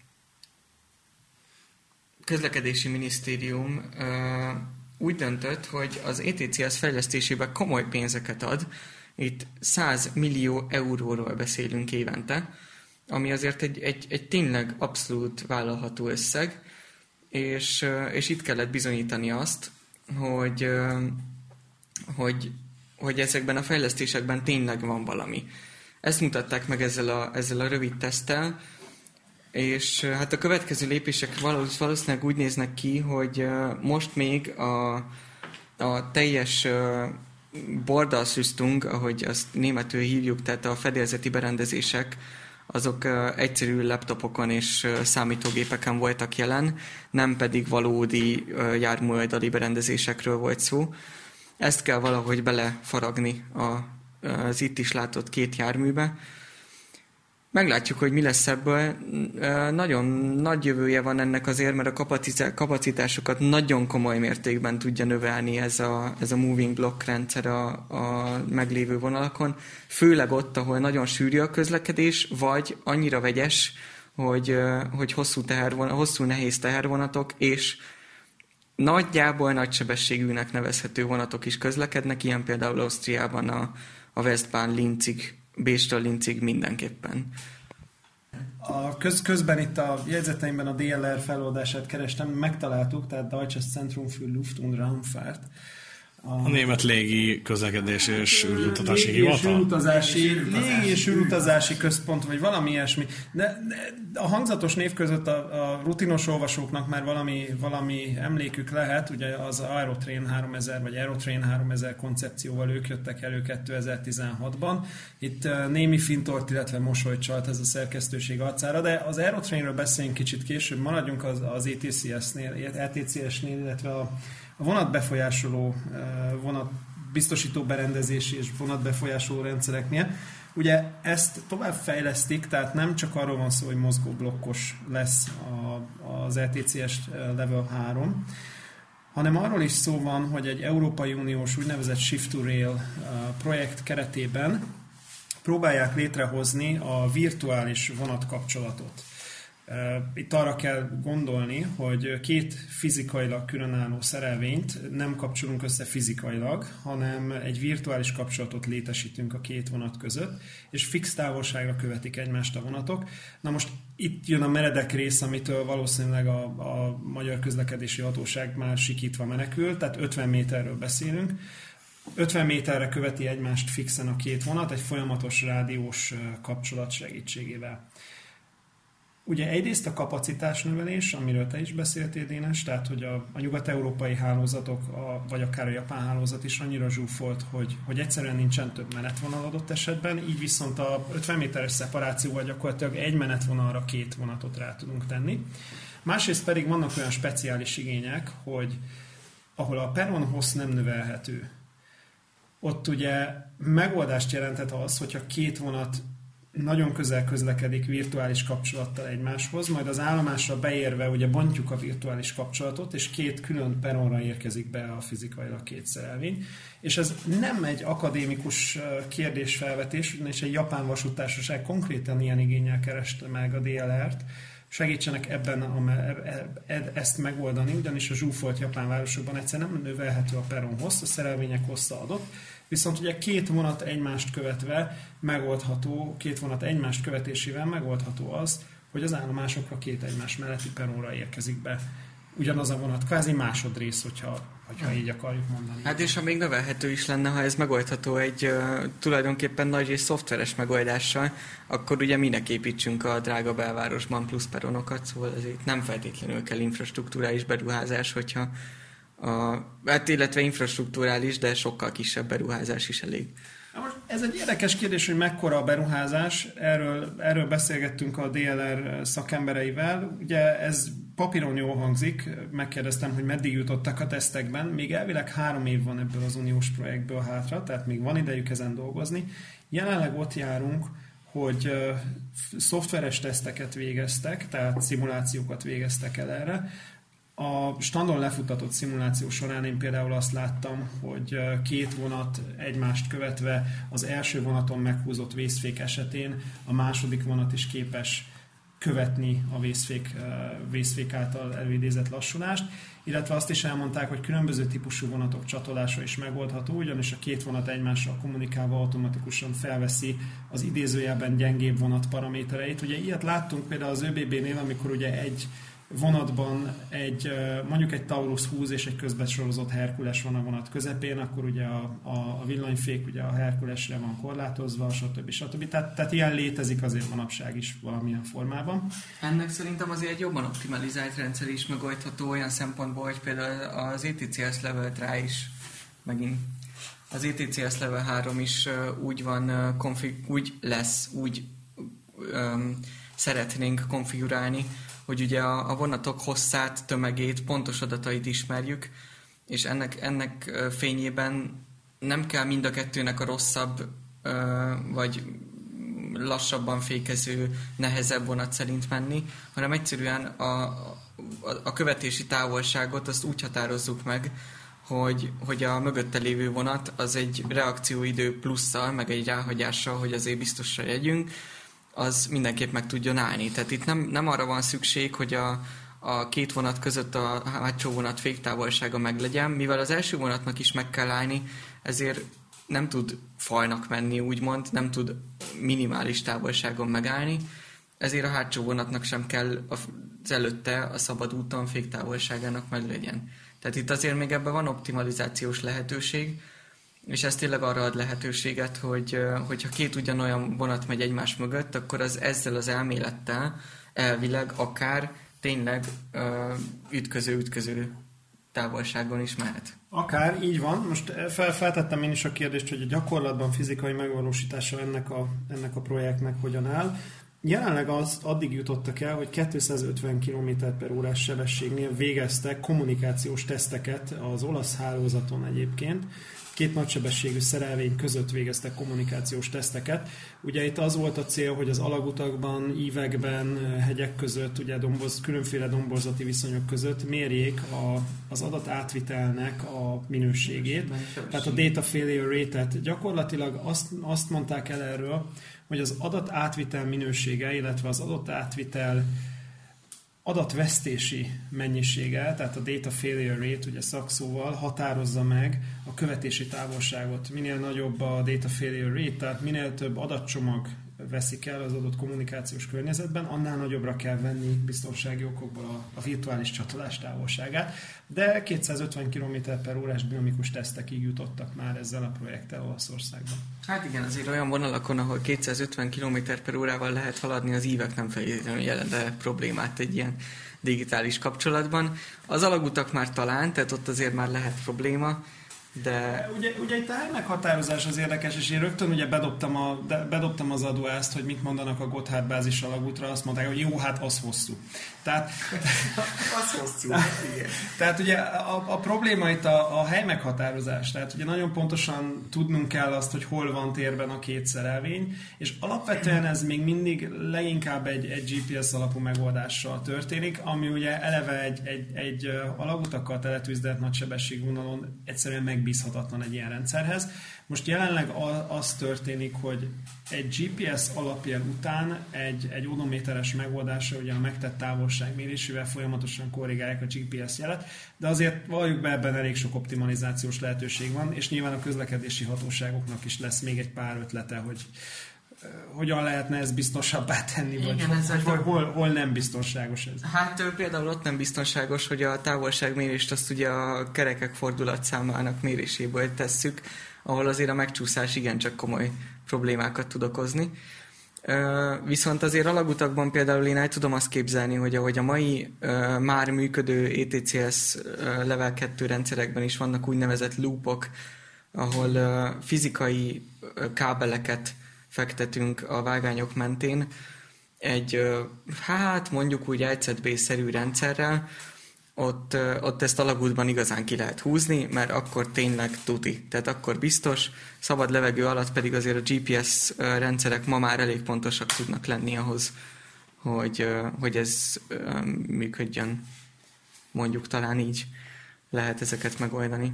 közlekedési minisztérium úgy döntött, hogy az ETCS fejlesztésébe komoly pénzeket ad. Itt 100 millió euróról beszélünk évente, ami azért egy tényleg abszolút vállalható összeg, és itt kellett bizonyítani azt, hogy ezekben a fejlesztésekben tényleg van valami. Ezt mutatták meg ezzel a rövid teszttel, és hát a következő lépések valószínűleg úgy néznek ki, hogy most még a teljes Bordalsrüstung, ahogy azt németül hívjuk, tehát a fedélzeti berendezések, azok egyszerű laptopokon és számítógépeken voltak jelen, nem pedig valódi járműoldali berendezésekről volt szó. Ezt kell valahogy belefaragni az itt is látott két járműbe. Meglátjuk, hogy mi lesz ebből. Nagyon nagy jövője van ennek azért, mert a kapacitásokat nagyon komoly mértékben tudja növelni ez a moving block rendszer a meglévő vonalakon. Főleg ott, ahol nagyon sűrű a közlekedés, vagy annyira vegyes, hogy hosszú nehéz tehervonatok és nagyjából nagysebességűnek nevezhető vonatok is közlekednek, ilyen például Ausztriában a Westbahn Linzig, Bécstől Linzig mindenképpen. Közben itt a jegyzeteimben a DLR feloldását kerestem, megtaláltuk, tehát Deutsches Zentrum für Luft- und Raumfahrt. A német légi közlekedés és űrutatási hivatal? Légi és űrutazási központ, vagy valami ilyesmi. De a hangzatos név között a rutinos olvasóknak már valami emlékük lehet, ugye az Aerotrain 3000 vagy Aerotrain 3000 koncepcióval ők jöttek elő 2016-ban. Itt némi fintort, illetve mosolyt csalt ez a szerkesztőség arcára, de az Aerotrainről beszéljünk kicsit később, maradjunk az ETCS-nél, illetve a vonatbefolyásoló, vonatbiztosító berendezési és vonatbefolyásoló rendszereknél. Ugye ezt tovább fejlesztik, tehát nem csak arról van szó, hogy mozgóblokkos lesz az ETCS Level 3, hanem arról is szó van, hogy egy Európai Uniós úgynevezett Shift to Rail projekt keretében próbálják létrehozni a virtuális vonatkapcsolatot. Itt arra kell gondolni, hogy két fizikailag különálló szerelvényt nem kapcsolunk össze fizikailag, hanem egy virtuális kapcsolatot létesítünk a két vonat között, és fix távolságra követik egymást a vonatok. Na most itt jön a meredek rész, amitől valószínűleg a Magyar Közlekedési Hatóság már sikítva menekül, tehát 50 méterről beszélünk. 50 méterre követi egymást fixen a két vonat, egy folyamatos rádiós kapcsolat segítségével. Ugye egyrészt a kapacitásnövelés, amiről te is beszéltél, Dénes, tehát hogy a nyugat-európai hálózatok, vagy akár a japán hálózat is annyira zsúfolt, hogy egyszerűen nincsen több menetvonal adott esetben, így viszont a 50 méteres szeparációval gyakorlatilag egy menetvonalra két vonatot rá tudunk tenni. Másrészt pedig vannak olyan speciális igények, hogy ahol a perron hossz nem növelhető, ott ugye megoldást jelentett az, hogyha két vonat nagyon közel közlekedik virtuális kapcsolattal egymáshoz, majd az állomásra beérve ugye bontjuk a virtuális kapcsolatot, és két külön peronra érkezik be a fizikailag két szerelvény. És ez nem egy akadémikus kérdésfelvetés, ugyanis egy japán vasúttársaság konkrétan ilyen igénnyel kereste meg a DLR-t, segítsenek ebben ezt megoldani, ugyanis a zsúfolt japán városokban egyszerűen nem növelhető a peron hossz, a szerelvények hossza adott, viszont ugye két vonat egymást követve megoldható, két vonat egymást követésével megoldható az, hogy az állomásokra két egymás melletti peronra érkezik be ugyanaz a vonat, kvázi másodrész, hogyha így akarjuk mondani. Hát és ha még növelhető is lenne, ha ez megoldható egy tulajdonképpen nagy és szoftveres megoldással, akkor ugye minek építsünk a drága belvárosban plusz peronokat, szóval ezért nem feltétlenül kell infrastruktúrális beruházás, hogyha hát illetve infrastruktúrális, de sokkal kisebb beruházás is elég. Most ez egy érdekes kérdés, hogy mekkora a beruházás, erről beszélgettünk a DLR szakembereivel. Ugye ez papíron jól hangzik, megkérdeztem, hogy meddig jutottak a tesztekben, még elvileg 3 év van ebből az uniós projektből hátra, tehát még van idejük ezen dolgozni. Jelenleg ott járunk, hogy szoftveres teszteket végeztek, tehát szimulációkat végeztek el erre. A standon lefutatott szimuláció során én például azt láttam, hogy két vonat egymást követve az első vonaton meghúzott vészfék esetén a második vonat is képes követni a vészfék által előidézett lassulást, illetve azt is elmondták, hogy különböző típusú vonatok csatolása is megoldható, ugyanis a két vonat egymással kommunikálva automatikusan felveszi az idézőjelben gyengébb vonat paramétereit. Ugye ilyet láttunk például az ÖBB-nél, amikor ugye egy vonatban mondjuk egy Taurus 20 és egy közbesorozott Herkules van a vonat közepén, akkor ugye a villanyfék ugye a Herkulesre van korlátozva, stb. Tehát ilyen létezik azért manapság is valamilyen formában. Ennek szerintem azért egy jobban optimalizált rendszer is megoldható olyan szempontból, hogy például az ETCS Level 3 is megint az ETCS Level 3 is úgy van, úgy szeretnénk konfigurálni, hogy ugye a vonatok hosszát, tömegét, pontos adatait ismerjük, és ennek fényében nem kell mind a kettőnek a rosszabb vagy lassabban fékező, nehezebb vonat szerint menni, hanem egyszerűen a követési távolságot azt úgy határozzuk meg, hogy a mögötte lévő vonat az egy reakcióidő plusszal, meg egy ráhagyással, hogy azért biztosra legyünk, az mindenképp meg tudjon állni. Tehát itt nem arra van szükség, hogy a két vonat között a hátsó vonat féktávolsága meglegyen, mivel az első vonatnak is meg kell állni, ezért nem tud falnak menni, úgymond, nem tud minimális távolságon megállni, ezért a hátsó vonatnak sem kell az előtte a szabad úton féktávolságának meglegyen. Tehát itt azért még ebben van optimalizációs lehetőség, és ez tényleg arra ad lehetőséget, hogyha két ugyanolyan vonat megy egymás mögött, akkor az ezzel az elmélettel elvileg akár tényleg ütköző távolságon is mehet. Akár, így van. Most feltettem én is a kérdést, hogy a gyakorlatban fizikai megvalósítása ennek a projektnek hogyan áll. Jelenleg addig jutottak el, hogy 250 km/h sebességnél végeztek kommunikációs teszteket az olasz hálózaton egyébként. Két nagysebességű szerelvény között végeztek kommunikációs teszteket. Ugye itt az volt a cél, hogy az alagutakban, ívekben, hegyek között, ugye különféle domborzati viszonyok között mérjék az adatátvitelnek a minőségét. Tehát a data failure rate-et. Gyakorlatilag azt mondták el erről, hogy az adatátvitel minősége, illetve az adatátvitel adatvesztési mennyisége, tehát a data failure rate, ugye szakszóval határozza meg a követési távolságot. Minél nagyobb a data failure rate, tehát minél több adatcsomag veszik el az adott kommunikációs környezetben, annál nagyobbra kell venni biztonsági okokból a virtuális csatolás távolságát, de 250 km/h dinamikus tesztekig jutottak már ezzel a projekttel Olaszországban. Hát igen, azért olyan vonalakon, ahol 250 km/h-val lehet haladni, az ívek nem feltétlenül jelent problémát egy ilyen digitális kapcsolatban. Az alagutak már talán, tehát ott azért már lehet probléma, de... Ugye itt a hely meghatározás az érdekes, és én rögtön ugye bedobtam az adóást, hogy mit mondanak a Gotthard bázis alagútra, azt mondták, hogy jó, hát az hosszú. Tehát Az hosszú. Igen. Tehát ugye a probléma itt a hely meghatározás. Tehát ugye nagyon pontosan tudnunk kell azt, hogy hol van térben a két szerelvény, és alapvetően ez még mindig leginkább egy GPS alapú megoldással történik, ami ugye eleve egy alagutakkal teletűzdelt nagysebességvonalon egyszerűen megbízhatatlan egy ilyen rendszerhez. Most jelenleg az történik, hogy egy GPS alapjel után egy odométeres megoldása, ugye a megtett távolságmérésével folyamatosan korrigálják a GPS jelet, de azért valljuk be, ebben elég sok optimalizációs lehetőség van, és nyilván a közlekedési hatóságoknak is lesz még egy pár ötlete, hogy hogyan lehetne ezt biztosabbá tenni, igen, vagy hol nem biztonságos ez. Hát például ott nem biztonságos, hogy a távolságmérést azt ugye a kerekek fordulatszámának méréséből tesszük, ahol azért a megcsúszás igencsak komoly problémákat tud okozni. Viszont azért alagutakban például én el tudom azt képzelni, hogy ahogy a mai már működő ETCS Level 2 rendszerekben is vannak úgynevezett loopok, ahol fizikai kábeleket fektetünk a vágányok mentén egy, hát mondjuk úgy LZB-szerű rendszerrel, ott ezt alagútban igazán ki lehet húzni, mert akkor tényleg tuti. Tehát akkor biztos, szabad levegő alatt pedig azért a GPS rendszerek ma már elég pontosak tudnak lenni ahhoz, hogy ez működjön. Mondjuk talán így lehet ezeket megoldani.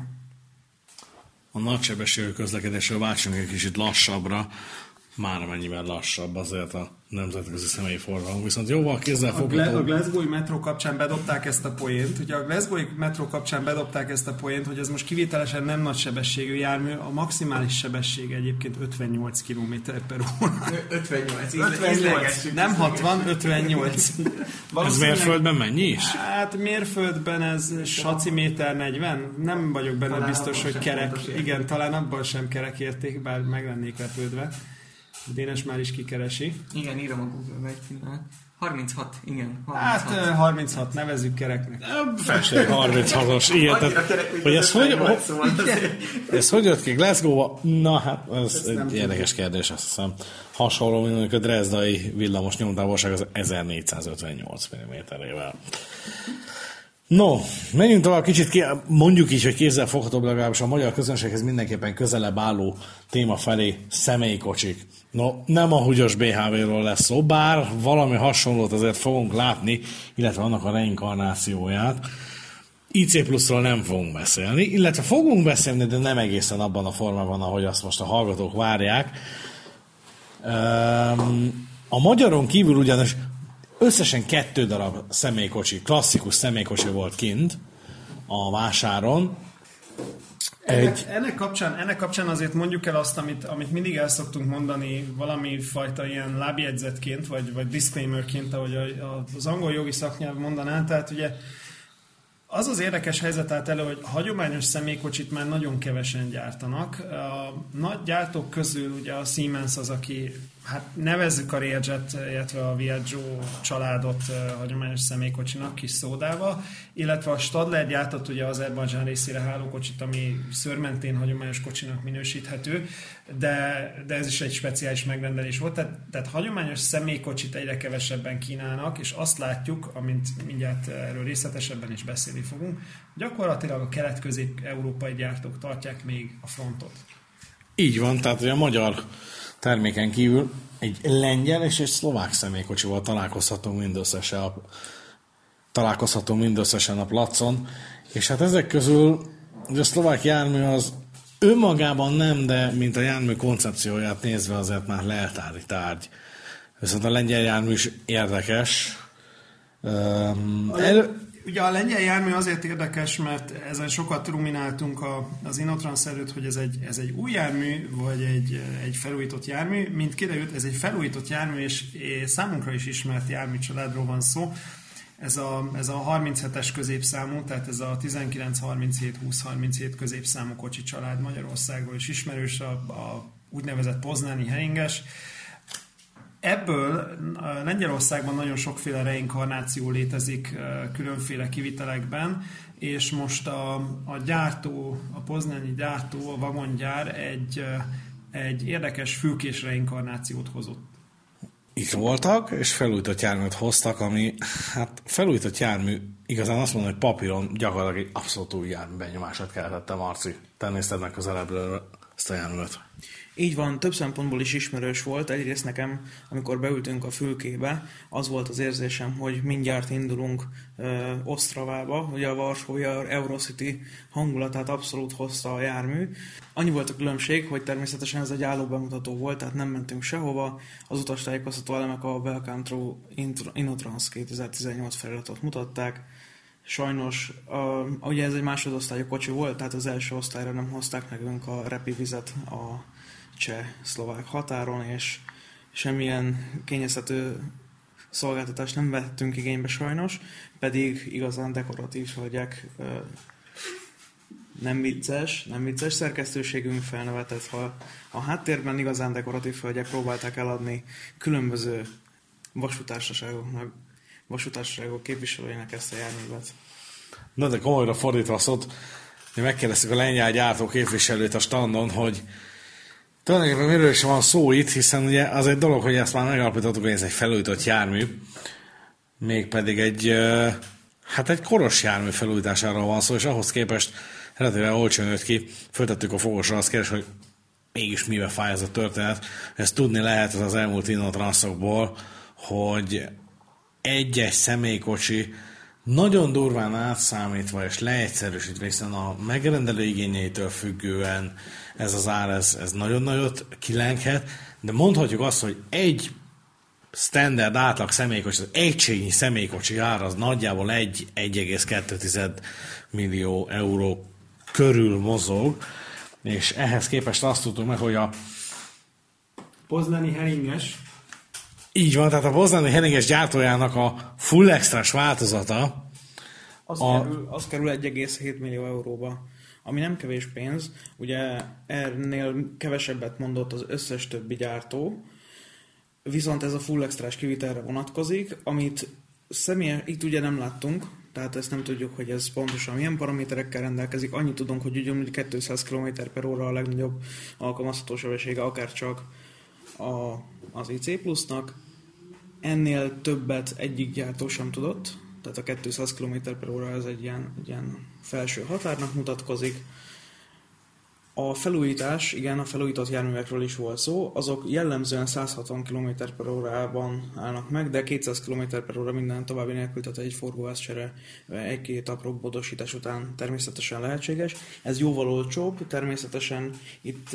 A nagysebességű közlekedésről váltsunk egy kicsit lassabbra, már mennyivel lassabb azért a nemzetközi személyforgalom, viszont jóval kézzelfogható. A Glasgow-i metró kapcsán bedobták ezt a poént. Ugye a Glasgow-i metró kapcsán bedobták ezt a poént, hogy ez most kivételesen nem nagy sebességű jármű, a maximális sebessége egyébként 58 km/h. 58. Nem 60, 58. Ez mérföldben mennyi is? Hát mérföldben ez saciméter 40. Nem vagyok benne talán biztos, hogy kerek. Igen, talán abban sem kerek érték, bár meg lennék lepődve. Dénes már is kikeresi. Igen, írom a Google-be egy pillanat. 36, igen. 36. Hát 36, nevezzük kereknek. Festék 36-os, ilyen. Hogy ez hogy jött ki Glasgow-ba? Na hát, ez egy érdekes kérdés, azt hiszem. Hasonló, mint a dresdai villamos nyomtávolság az 1458 mm-ével. No, menjünk tovább kicsit, mondjuk így, hogy kézzelfoghatóbb legalábbis a magyar közönséghez mindenképpen közelebb álló téma felé, személykocsik. No, nem a húgyos BHV-ről lesz szó, bár valami hasonlót azért fogunk látni, illetve annak a reinkarnációját. IC Plus-ról nem fogunk beszélni, illetve fogunk beszélni, de nem egészen abban a formában, ahogy azt most a hallgatók várják. A magyaron kívül ugyanis összesen 2 darab személykocsi, klasszikus személykocsi volt kint a vásáron. Ennek kapcsán azért mondjuk el azt, amit mindig el szoktunk mondani valami fajta ilyen lábjegyzetként, vagy disclaimerként, ahogy az angol jogi szaknyelv mondaná. Tehát ugye az érdekes helyzet állt elő, hogy hagyományos személykocsit már nagyon kevesen gyártanak. A nagy gyártók közül ugye a Siemens az, aki, hát nevezzük a Railjet, illetve a Viaggio családot hagyományos személykocsinak kis szódával, illetve a Stadler gyártott ugye az Azerbajdzsán részére hálókocsit, ami szőrmentén hagyományos kocsinak minősíthető, de ez is egy speciális megrendelés volt. Tehát hagyományos személykocsit egyre kevesebben kínálnak, és azt látjuk, amint mindjárt erről részletesebben is beszélni fogunk, gyakorlatilag a kelet-közép-európai gyártók tartják még a frontot. Így van, tehát ugye a magyar terméken kívül egy lengyel és egy szlovák személykocsival találkozhatunk mindösszesen a placon, és hát ezek közül ugye a szlovák jármű az önmagában nem, de mint a jármű koncepcióját nézve azért már leltári tárgy. Viszont a lengyel jármű is érdekes. Ugye a lengyel jármű azért érdekes, mert ezen sokat rumináltunk az Inotrans előtt, hogy ez egy új jármű, vagy egy felújított jármű. Mint kiderült, ez egy felújított jármű, és számunkra is ismert járműcsaládról van szó. Ez a 37-es középszámú, tehát ez a 1937-2037 középszámú kocsi család Magyarországról is ismerős, a úgynevezett poznáni heringes. Ebből Lengyelországban nagyon sokféle reinkarnáció létezik különféle kivitelekben, és most a gyártó, a poznányi gyártó, a vagongyár egy érdekes fülkés reinkarnációt hozott. itt voltak, és felújított járművet hoztak, ami, hát felújított jármű, igazán azt mondom, hogy papíron gyakorlatilag egy abszolút új jármű benyomását keltette, Marci. Te nézted meg közelebbről ezt a járművet. Így van, több szempontból is ismerős volt. Egyrészt nekem, amikor beültünk a fülkébe, az volt az érzésem, hogy mindjárt indulunk Osztravába, ugye a Varsóvia Eurocity hangulatát abszolút hozta a jármű. Annyi volt a különbség, hogy természetesen ez egy álló bemutató volt, tehát nem mentünk sehova. Az utastájékoztató elemek a Welcome to InnoTrans 2018 feliratot mutatták. Sajnos, ugye ez egy másodosztályú kocsi volt, tehát az első osztályra nem hozták nekünk a repivizet a cseh-szlovák határon, és semmilyen kényeztető szolgáltatást nem vettünk igénybe sajnos, pedig igazán dekoratív hölgyek, nem vicces szerkesztőségünk felnevetett, ha a háttérben igazán dekoratív hölgyek próbálták eladni különböző vasútársaságok képviselőinek ezt a járművet. Na de komolyra fordítva a szót, mi megkérdeztük a lengyel gyártó képviselőt a standon, hogy tulajdonképpen miről is van szó itt, hiszen ugye az egy dolog, hogy ezt már megalapítottuk, hogy ez egy felújított jármű, mégpedig egy koros jármű felújításáról van szó, és ahhoz képest relatíve olcsón jött ki, föltettük a fogosra azt kérdés, hogy mégis mibe fáj ez a történet. Ezt tudni lehet az elmúlt InnoTranszokból, hogy egy-egy személykocsi nagyon durván átszámítva és leegyszerűsítve, hiszen a megrendelő igényeitől függően ez az ár, ez nagyon nagyot kilenghet, de mondhatjuk azt, hogy egy standard átlag személykocsi, az egységnyi személykocsi ár az nagyjából 1,2 millió euró körül mozog, és ehhez képest azt tudtuk meg, hogy a Poznani Heringes. Így van, tehát a Poznani Heringes gyártójának a full extrás változata az kerül 1,7 millió euróba, ami nem kevés pénz, ugye ennél kevesebbet mondott az összes többi gyártó, viszont ez a full extrás kivitelre vonatkozik, amit itt ugye nem láttunk, tehát ezt nem tudjuk, hogy ez pontosan milyen paraméterekkel rendelkezik, annyit tudunk, hogy ugyanúgy 200 km/h a legnagyobb alkalmazható sebessége, akár csak az IC Plus-nak. Ennél többet egyik gyártó sem tudott, tehát a 200 km/h ez egy ilyen felső határnak mutatkozik. A felújítás, igen, a felújított járművekről is volt szó, azok jellemzően 160 km/h-ban állnak meg, de 200 km/h minden további nélkül, tehát egy forgóvázcsere, egy-két apró módosítás után természetesen lehetséges. Ez jóval olcsóbb, természetesen itt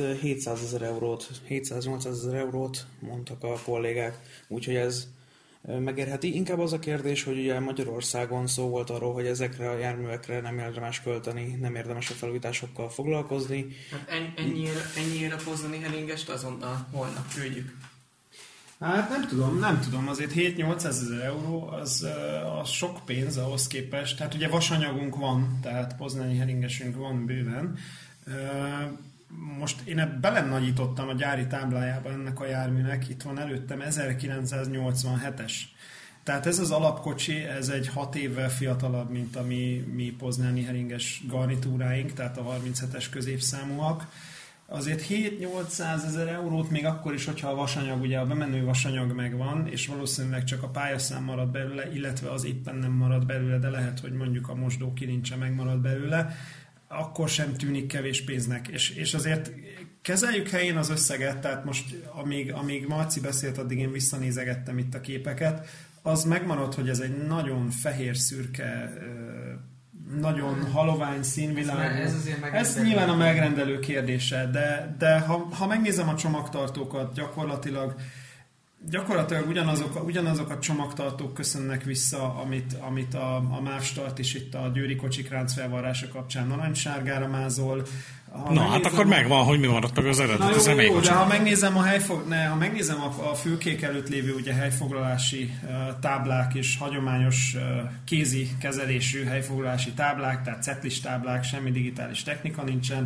700-800 ezer eurót mondtak a kollégák, úgyhogy ez megérheti. Inkább az a kérdés, hogy ugye Magyarországon szó volt arról, hogy ezekre a járművekre nem érdemes költeni, nem érdemes a felújításokkal foglalkozni. Hát ennyire Poznani Heringest azonnal holnap küldjük. Hát nem tudom, azért 7-800 ezer euró az sok pénz ahhoz képest. Tehát ugye vasanyagunk van, tehát Poznani Heringesünk van bőven. Most én belenagyítottam a gyári táblájába ennek a járműnek, itt van előttem 1987-es. Tehát ez az alapkocsi, ez egy 6 évvel fiatalabb, mint a mi Poznani Heringes garnitúráink, tehát a 37-es középszámúak. Azért 7-800 ezer eurót még akkor is, hogyha a vasanyag, ugye a bemenő vasanyag megvan, és valószínűleg csak a pályaszám marad belőle, illetve az éppen nem marad belőle, de lehet, hogy mondjuk a mosdó kilincse megmarad belőle, akkor sem tűnik kevés pénznek. És azért kezeljük helyén az összeget, tehát most amíg Marci beszélt, addig én visszanézegettem itt a képeket, az megmaradt, hogy ez egy nagyon fehér-szürke, nagyon halovány színvilágú. Ez nyilván a megrendelő kérdése, de ha megnézem a csomagtartókat, gyakorlatilag ugyanazok a csomagtartók köszönnek vissza, amit a MÁV Start is itt a győri kocsikránc felvarrása kapcsán narancssárgára mázol. Hát akkor megvan, hogy mi maradt meg az eredeti személykocsi. De ha megnézem a fülkék előtt lévő ugye helyfoglalási táblák és hagyományos kézi kezelésű helyfoglalási táblák, tehát cetlis táblák, semmi digitális technika nincsen.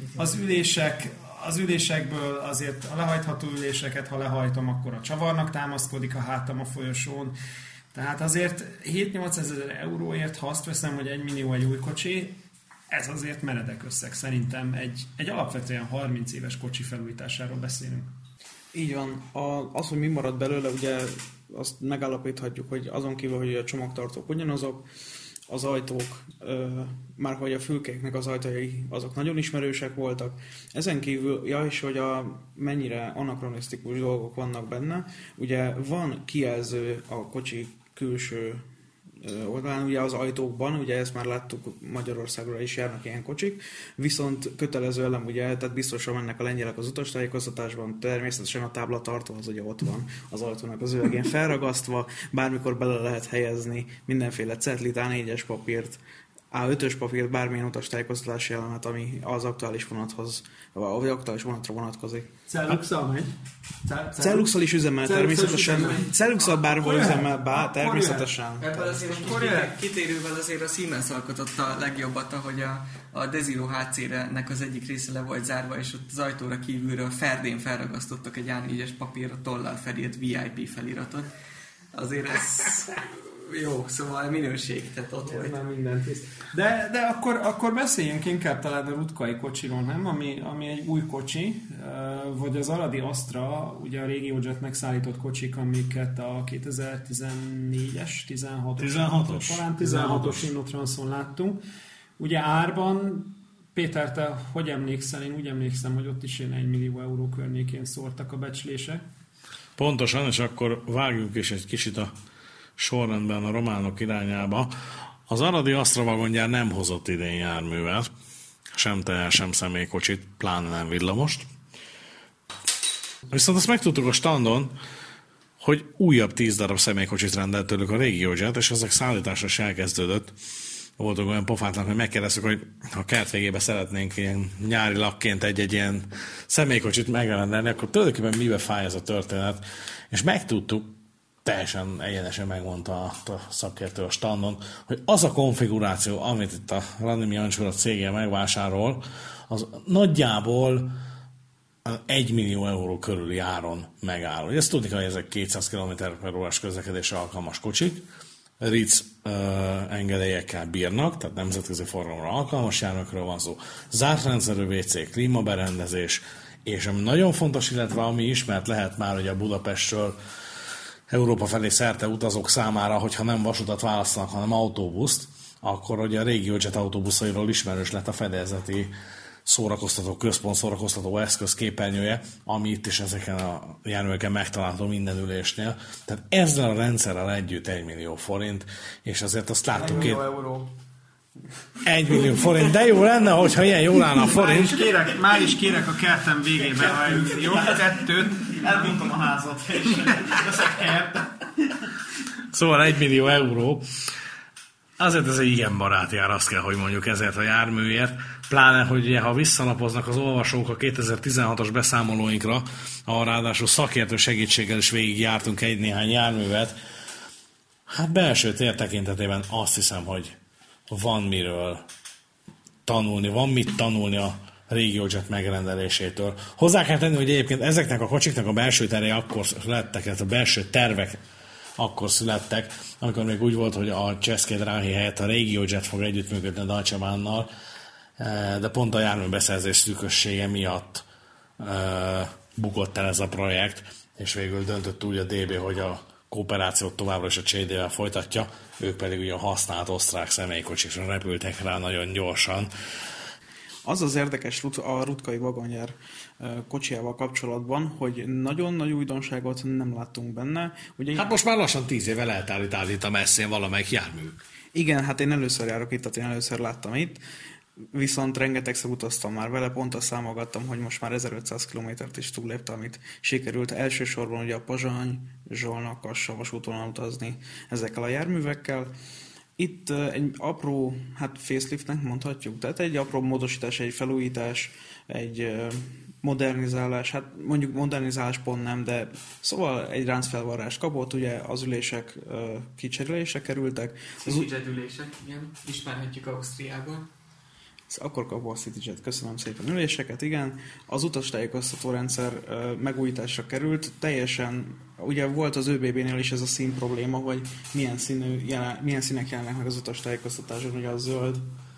Az ülésekből azért a lehajtható üléseket, ha lehajtom, akkor a csavarnak támaszkodik a hátam a folyosón. Tehát azért 7-8 ezer euróért, ha azt veszem, hogy 1 millió egy új kocsi, ez azért meredek összeg. Szerintem egy alapvetően 30 éves kocsi felújításáról beszélünk. Így van. Az, hogy mi marad belőle, ugye azt megállapíthatjuk, hogy azon kívül, hogy a csomagtartók ugyanazok, az ajtók, már hogy a fülkéknek az ajtajai, azok nagyon ismerősek voltak. Ezen kívül, és hogy mennyire anakronisztikus dolgok vannak benne, ugye van kijelző a kocsi külső oldalán, ugye az ajtókban, ugye ezt már láttuk, Magyarországra is járnak ilyen kocsik, viszont kötelező elem, ugye, tehát biztosan mennek a lengyelek az utastájékoztatásban, természetesen a táblatartó az ugye ott van az ajtónak az üvegén felragasztva, bármikor bele lehet helyezni mindenféle cetlit, A4-es papírt, A5-ös papírt, bármilyen utastájékoztatási elemet, ami az aktuális vonathoz, vagy aktuális vonatra vonatkozik. Celluxal megy? Celluxal is üzemel természetesen. Celluxal bárhol üzemel, természetesen. Ebből azért kitérővel azért a Siemens alkotott a legjobbat, ahogy a Desiro HC-nek az egyik része le volt zárva, és ott az ajtóra kívülről ferdén felragasztottak egy A4-es papírra tollal felírt VIP feliratot. Azért ez jó, szóval minőség, tehát ott volt. Nem minden tiszt. De akkor beszéljünk inkább talán a Rutkai kocsiról, nem? Ami egy új kocsi, vagy az Aradi Astra, ugye a RegioJet szállított kocsik, amiket a 2014-es, 16-os, talán 16-os Innotranszon láttunk. Ugye árban, Péter, te hogy emlékszel? Én úgy emlékszem, hogy ott is 1 millió euró környékén szórtak a becslések. Pontosan, és akkor vágjuk is egy kicsit a sorrendben a románok irányába. Az Aradi Astra vagongyár nem hozott idén járművet, sem teher, sem személykocsit, pláne nem villamost. Viszont azt megtudtuk a standon, hogy újabb 10 darab személykocsit rendelt tőlük a RegioJet, és ezek szállítása is elkezdődött. Voltunk olyan pofátlan, hogy megkérdeztük, hogy ha kert végébe szeretnénk ilyen nyári lakként egy ilyen személykocsit megrendelni, akkor tulajdonképpen mibe fáj ez a történet. És megtudtuk, teljesen egyenesen megmondta a szakértő a standon, hogy az a konfiguráció, amit itt a Randimi Ancsúr a cégje megvásárol, az nagyjából 1 millió euró körüli áron megáll. Ugye ezt tudni kell, hogy ezek 200 km/h közlekedésre alkalmas kocsik, RIC engedélyekkel bírnak, tehát nemzetközi forgalomra alkalmas járművekről van szó, zárt rendszerű WC, klímaberendezés, és ami nagyon fontos, illetve ami ismert lehet már, hogy a Budapestről Európa felé szerte utazók számára, hogyha nem vasutat választanak, hanem autóbuszt, akkor ugye a RegioJet autóbuszairól ismerős lett a fedélzeti szórakoztató központ, szórakoztató eszköz képernyője, ami itt is ezeken a járműveken megtalálható minden ülésnél. Tehát ezzel a rendszerrel együtt 1 millió forint, és azért azt láttuk... 1 millió euró. 1 millió forint, de jó lenne, hogyha ilyen jól állna a forint. Már is kérek a kertem végébe, ha jó, 2, elbontom a házat, és veszek kert. Szóval 1 millió euró. Azért ez egy igen baráti ár, azt kell, hogy mondjuk ezért a járműért. Pláne, hogy ugye, ha visszalapoznak az olvasók a 2016-os beszámolóinkra, ahol ráadásul szakértő segítséggel is végigjártunk egy-néhány járművet, hát belső tér tekintetében azt hiszem, hogy van miről tanulni, van mit tanulni a RegioJet megrendelésétől. Hozzá kell tenni, hogy egyébként ezeknek a kocsiknak a belső terei akkor születtek, tehát a belső tervek akkor születtek, amikor még úgy volt, hogy a České dráhy helyett a RegioJet fog együttműködni a Deutsche Bahnnal, de pont a járműbeszerzés szűkössége miatt bukott el ez a projekt, és végül döntött úgy a DB, hogy a kooperációt továbbra is a CD-vel folytatja, ők pedig ugye a használt osztrák személykocsikra repültek rá nagyon gyorsan. Az az érdekes a Rutkai vagongyár kocsijával kapcsolatban, hogy nagyon nagy újdonságot nem láttunk benne. Ugye Hát most már lassan 10 éve lehet állítani itt a messzén valamelyik jármű. Igen, hát én először járok itt, tehát én először láttam itt, viszont rengetegszer utaztam már vele, pont azt számolgattam, hogy most már 1500 kilométert is túllépte, amit sikerült elsősorban ugye a Pozsony, Zsolnak, Kassa vasútvonalon utazni ezekkel a járművekkel. Itt egy apró, faceliftnek mondhatjuk, tehát egy apró módosítás, egy felújítás, egy modernizálás, hát mondjuk modernizálás pont nem, de szóval egy ráncfelvarrást kapott, ugye az ülések kicserélésre kerültek. CityJet ülések, igen, ismerhetjük Ausztriában. Akkor kapva a CityJet, köszönöm szépen üléseket, igen. Az utastájékoztató rendszer megújításra került, teljesen, ugye volt az ÖBB-nél is ez a szín probléma, hogy milyen színek jelennek meg az utastájékoztatáson, ugye a zöld,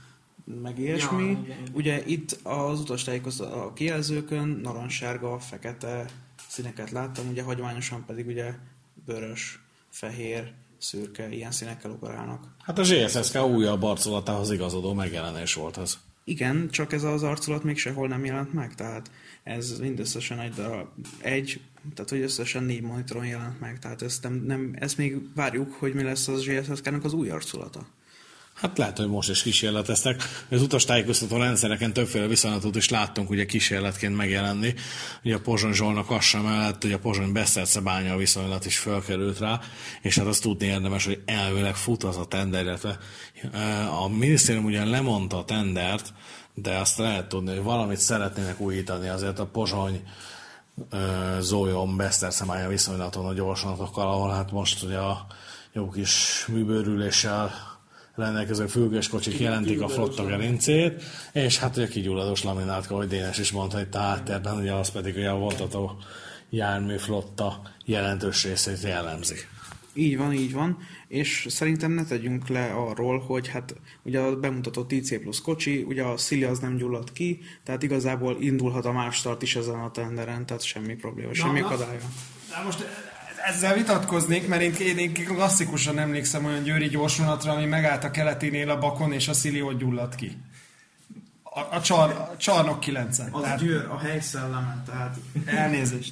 meg ilyesmi. Ja, ugye itt az utastájékoztató a kijelzőkön narancssárga, fekete színeket láttam, ugye hagyományosan pedig ugye vörös, fehér, szürke, ilyen színekkel operálnak. Hát a GSSK újabb arculatához igazodó megjelenés volt ez. Igen, csak ez az arculat még sehol nem jelent meg, tehát ez mindösszesen tehát hogy összesen 4 monitoron jelent meg, tehát ezt még várjuk, hogy mi lesz az GSSK-nak az új arculata. Hát lehet, hogy most is kísérleteztek. Az utastájékoztató rendszereken többféle viszonylatot is láttunk ugye kísérletként megjelenni. Ugye a Pozsony Zsolna kassa mellett, ugye a Pozsony Besztercebánya a viszonylat is felkerült rá, és hát azt tudni érdemes, hogy elvileg fut az a tender, illetve a minisztérium ugyan lemondta a tendert, de azt lehet tudni, hogy valamit szeretnének újítani azért a Pozsony Zólyom Besztercebánya viszonylaton a gyorsanatokkal, ahol hát most ugye a jó kis műbőrüléssel rendelkező fülgőskocsik jelentik a flotta gerincét, és hát ugye kigyulladós laminátka, ahogy Dénes is mondta, hogy háttérben, ugye az pedig ugye a vontató jármű flotta jelentős részét jellemzi. Így van, és szerintem ne tegyünk le arról, hogy hát ugye a bemutatott IC plusz kocsi, ugye a szili az nem gyullad ki, tehát igazából indulhat a más start is ezen a tenderen, tehát semmi probléma, semmi akadálya. Most ezzel vitatkoznék, mert én klasszikusan emlékszem olyan győri gyorsvonatra, ami megállt a Keletinél a bakon, és a szili ott gyulladt ki. A csarnok 9-en. Az tehát... Győr, a helyszelleme, tehát elnézést.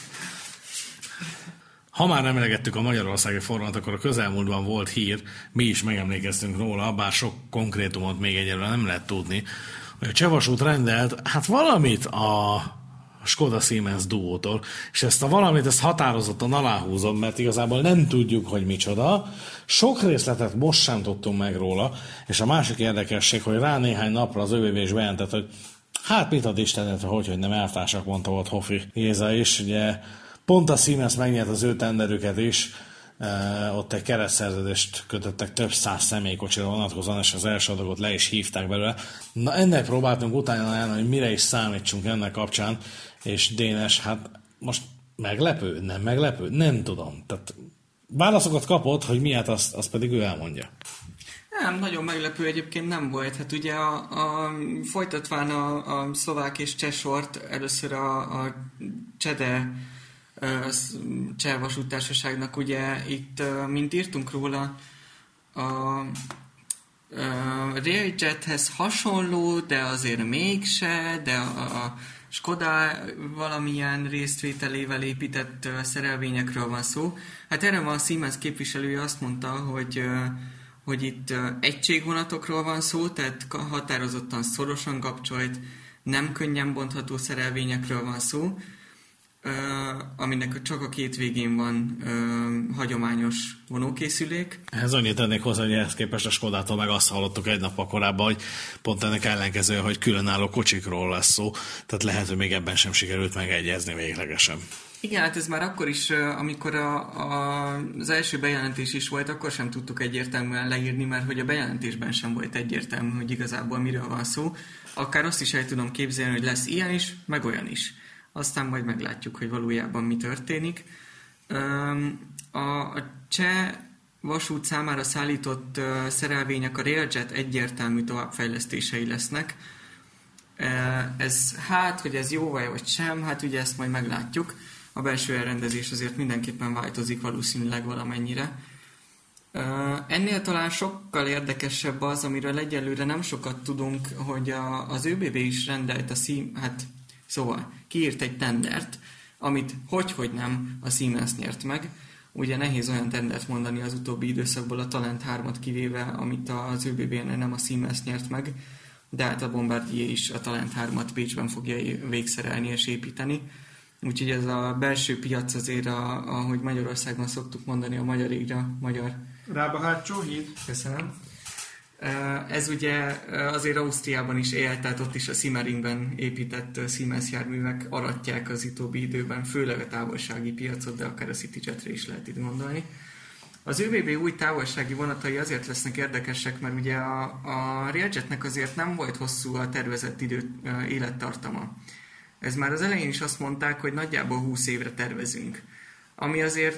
Ha már emlegettük a magyarországi forgalmat, akkor a közelmúltban volt hír, mi is megemlékeztünk róla, bár sok konkrétumot még egyelőre nem lehet tudni, hogy a Csehvasút rendelt hát valamit a Skoda Siemens duótól, és ezt a valamit határozottan aláhúzom, mert igazából nem tudjuk, hogy micsoda. Sok részletet most sem tudtunk meg róla, és a másik érdekesség, hogy rá néhány napra az ÖBB is bejelentett, hogy hát mit ad Istenet, hogy nem eltársak, mondta volt Hofi Géza is, ugye pont a Siemens megnyert az ő tenderüket is, ott egy keretszerződést kötöttek több 100 személykocsira vonatkozóan, és az első adagot le is hívták belőle. Na ennek próbáltunk utána járni, hogy mire is számítsunk ennek kapcsán, és Dénes, hát most meglepő, nem meglepő? Nem tudom. Tehát válaszokat kapott, hogy miért, azt pedig ő elmondja. Nem, nagyon meglepő egyébként nem volt. Hát ugye folytatván a szlovák és cseh sort, először a Csede Cseh vasúttársaságnak ugye itt, mint írtunk róla, a Railjethez hasonló, de azért mégse, de a Skoda valamilyen résztvételével épített szerelvényekről van szó. Hát erre a Siemens képviselője azt mondta, hogy itt egységvonatokról van szó, tehát határozottan szorosan kapcsolt, nem könnyen bontható szerelvényekről van szó, aminek csak a két végén van hagyományos vonókészülék. Ez annyit tennék hozzá, hogy ehhez képest a Skodától meg azt hallottuk egy nappal korábban, hogy pont ennek ellenkező, hogy különálló kocsikról lesz szó, tehát lehet, hogy még ebben sem sikerült megegyezni véglegesen. Igen, hát ez már akkor is, amikor az első bejelentés is volt, akkor sem tudtuk egyértelműen leírni, mert hogy a bejelentésben sem volt egyértelmű, hogy igazából miről van szó. Akár azt is el tudom képzelni, hogy lesz ilyen is, meg olyan is. Aztán majd meglátjuk, hogy valójában mi történik. A cseh vasút számára szállított szerelvények, a Railjet egyértelmű továbbfejlesztései lesznek. Hogy ez jó vagy sem, hát ugye ezt majd meglátjuk. A belső elrendezés azért mindenképpen változik valószínűleg valamennyire. Ennél talán sokkal érdekesebb az, amiről egyelőre nem sokat tudunk, hogy az ÖBB is rendelt szóval kiírt egy tendert, amit hogy nem a Siemens nyert meg. Ugye nehéz olyan tendert mondani az utóbbi időszakból, a Talent 3-at kivéve, amit az ÖBB-nél nem a Siemens nyert meg, de hát a Bombardier is a Talent 3-at Pécsben fogja végszerelni és építeni. Úgyhogy ez a belső piac azért, ahogy Magyarországon szoktuk mondani, a magyar égre, magyar... Rába hátsó híd. Köszönöm. Ez ugye azért Ausztriában is él, tehát ott is a Simmeringben épített Siemens járművek aratják az utóbbi időben, főleg a távolsági piacot, de akár a CityJetre is lehet itt gondolni. Az ÖBB új távolsági vonatai azért lesznek érdekesek, mert ugye a Railjetnek azért nem volt hosszú a tervezett élettartama. Ez már az elején is azt mondták, hogy nagyjából 20 évre tervezünk. Ami azért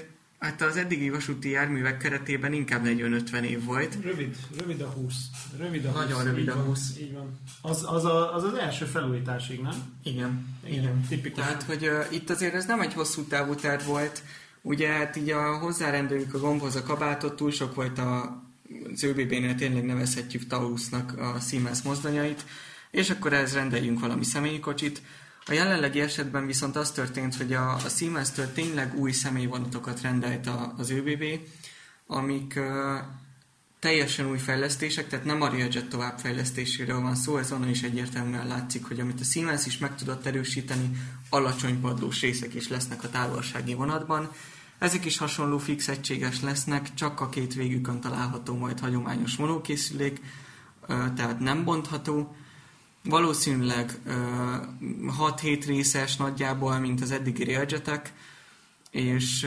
Hát az eddigi vasúti járművek keretében inkább 40-50 év volt. Rövid a 20. Nagyon rövid a 20. Így van. Az első felújításig, nem? Igen. Tipikus. Tehát, hogy itt azért ez nem egy hosszú távú terv volt. Ugye hát így hozzárendeljük a gombhoz a kabátot, túl sok volt az ÖBB-nél tényleg nevezhetjük Taurusnak a Siemens mozdonyait, és akkor ehhez rendeljünk valami személykocsit. A jelenlegi esetben viszont az történt, hogy a Siemens-től tényleg új személyvonatokat rendelt az ÖBB, amik teljesen új fejlesztések, tehát nem a Railjet továbbfejlesztéséről van szó, ez onnan is egyértelműen látszik, hogy amit a Siemens is meg tudott erősíteni, alacsony padlós részek is lesznek a távolsági vonatban. Ezek is hasonló fix egységes lesznek, csak a két végükön található majd hagyományos vonókészülék, tehát nem bontható. Valószínűleg 6-7 részes nagyjából, mint az eddigi Railjetek, és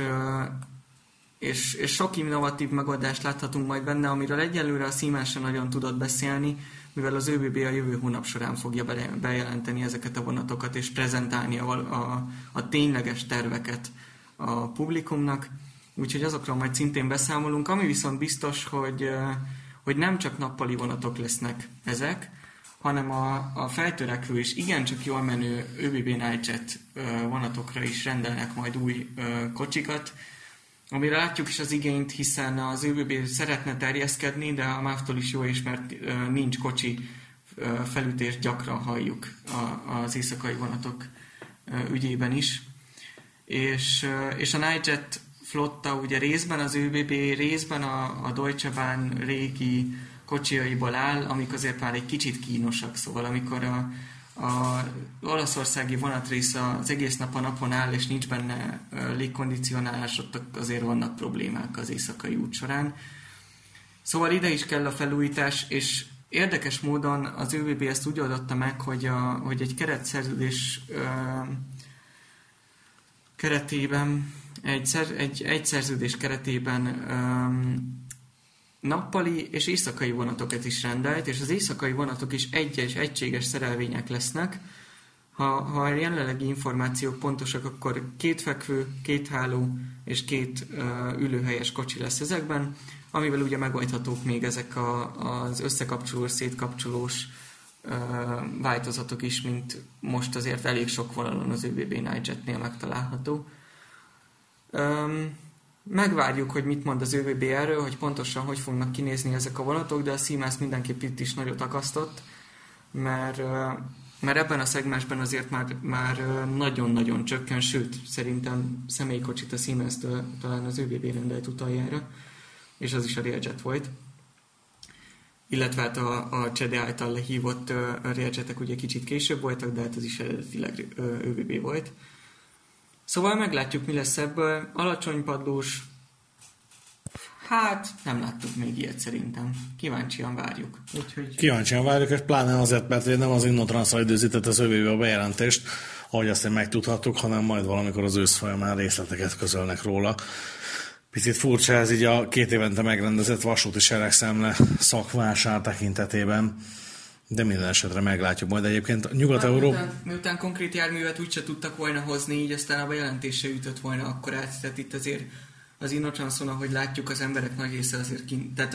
sok innovatív megoldást láthatunk majd benne, amiről egyelőre a Siemens sem nagyon tudott beszélni, mivel az ÖBB a jövő hónap során fogja bejelenteni ezeket a vonatokat, és prezentálni a tényleges terveket a publikumnak. Úgyhogy azokról majd szintén beszámolunk. Ami viszont biztos, hogy nem csak nappali vonatok lesznek ezek, hanem a feltörekvő és igencsak jól menő ÖBB Nightjet vonatokra is rendelnek majd új kocsikat, amire látjuk is az igényt, hiszen az ÖBB szeretne terjeszkedni, de a MÁV-tól is jó ismert nincs kocsi felütés, gyakran halljuk az éjszakai vonatok ügyében is. És a Nightjet flotta ugye részben az ÖBB, részben a Deutsche Bahn régi kocsiaiból áll, amik azért már egy kicsit kínosak. Szóval amikor a olaszországi vonatrész az egész nap a napon áll, és nincs benne légkondicionálás, ott azért vannak problémák az éjszakai út során. Szóval ide is kell a felújítás, és érdekes módon az ÖBB ezt úgy oldotta meg, hogy egy keretszerződés keretében, egy szerződés keretében nappali és éjszakai vonatokat is rendelt, és az éjszakai vonatok is egységes szerelvények lesznek. Ha a jelenlegi információk pontosak, akkor 2 fekvő, 2 háló és 2 ülőhelyes kocsi lesz ezekben, amivel ugye megoldhatók még ezek az összekapcsolós, szétkapcsolós változatok is, mint most azért elég sok vonalon az ÖBB Nightjetnél megtalálható. Megvárjuk, hogy mit mond az ÖBB erről, hogy pontosan hogy fognak kinézni ezek a vonatok, de a Siemens mindenképp itt is nagyot akasztott, mert ebben a szegmensben azért már nagyon-nagyon csökken, sőt, szerintem személykocsit a Siemens-től talán az ÖBB rendelt utoljára, és az is a Railjet volt. Illetve hát a CSEDE által lehívott Railjetek ugye kicsit később voltak, de hát az is eredetileg ÖBB volt. Szóval meglátjuk, mi lesz ebből. Alacsony padlós, hát nem láttuk még ilyet szerintem. Kíváncsian várjuk. Kíváncsian várjuk, és pláne azért, mert nem az Innotranszra időzített az ÖBB a bejelentést, ahogy azt megtudhattuk, hanem majd valamikor az ősz folyamán részleteket közölnek róla. Picit furcsa ez így a 2 évente megrendezett vasúti seregszemle szakvásár tekintetében, de minden esetre meglátjuk majd egyébként. Nyugat-Európa... Miután konkrét járművet úgyse tudtak volna hozni, így aztán a bejelentése ütött volna akkor át. Tehát itt azért az Innotranszon, ahogy látjuk, az emberek nagy része azért tehát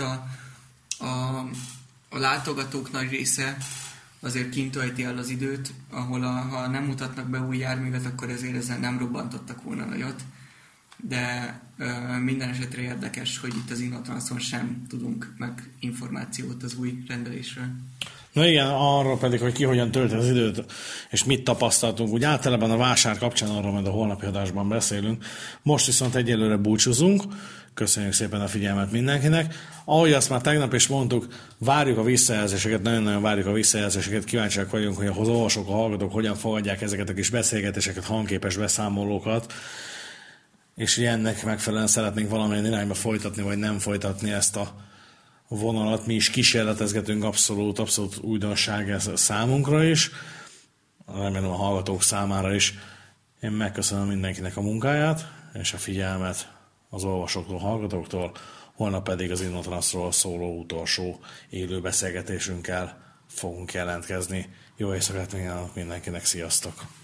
a látogatók nagy része azért kint tölti el az időt, ahol ha nem mutatnak be új járművet, akkor ezért ezen nem robbantottak volna nagyot. De minden esetre érdekes, hogy itt az Innotranszon sem tudunk meg információt az új rendelésről. Na igen, arról pedig, hogy ki hogyan tölti az időt, és mit tapasztaltunk. Úgy általában a vásár kapcsán arról majd a holnapi adásban beszélünk. Most viszont egyelőre búcsúzunk. Köszönjük szépen a figyelmet mindenkinek. Ahogy azt már tegnap is mondtuk, várjuk a visszajelzéseket, nagyon-nagyon várjuk a visszajelzéseket. Kíváncsiak vagyunk, hogy az olvasók, a hallgatók hogyan fogadják ezeket a kis beszélgetéseket, hangképes beszámolókat. És ennek megfelelően szeretnénk valamilyen irányba folytatni, vagy nem folytatni ezt a vonalat. Mi is kísérletezgetünk, abszolút újdonság ez számunkra is. Remélem a hallgatók számára is. Én megköszönöm mindenkinek a munkáját, és a figyelmet az olvasóktól, hallgatóktól. Holnap pedig az Innotranszról szóló utolsó élő beszélgetésünkkel fogunk jelentkezni. Jó éjszakát mindenkinek, sziasztok!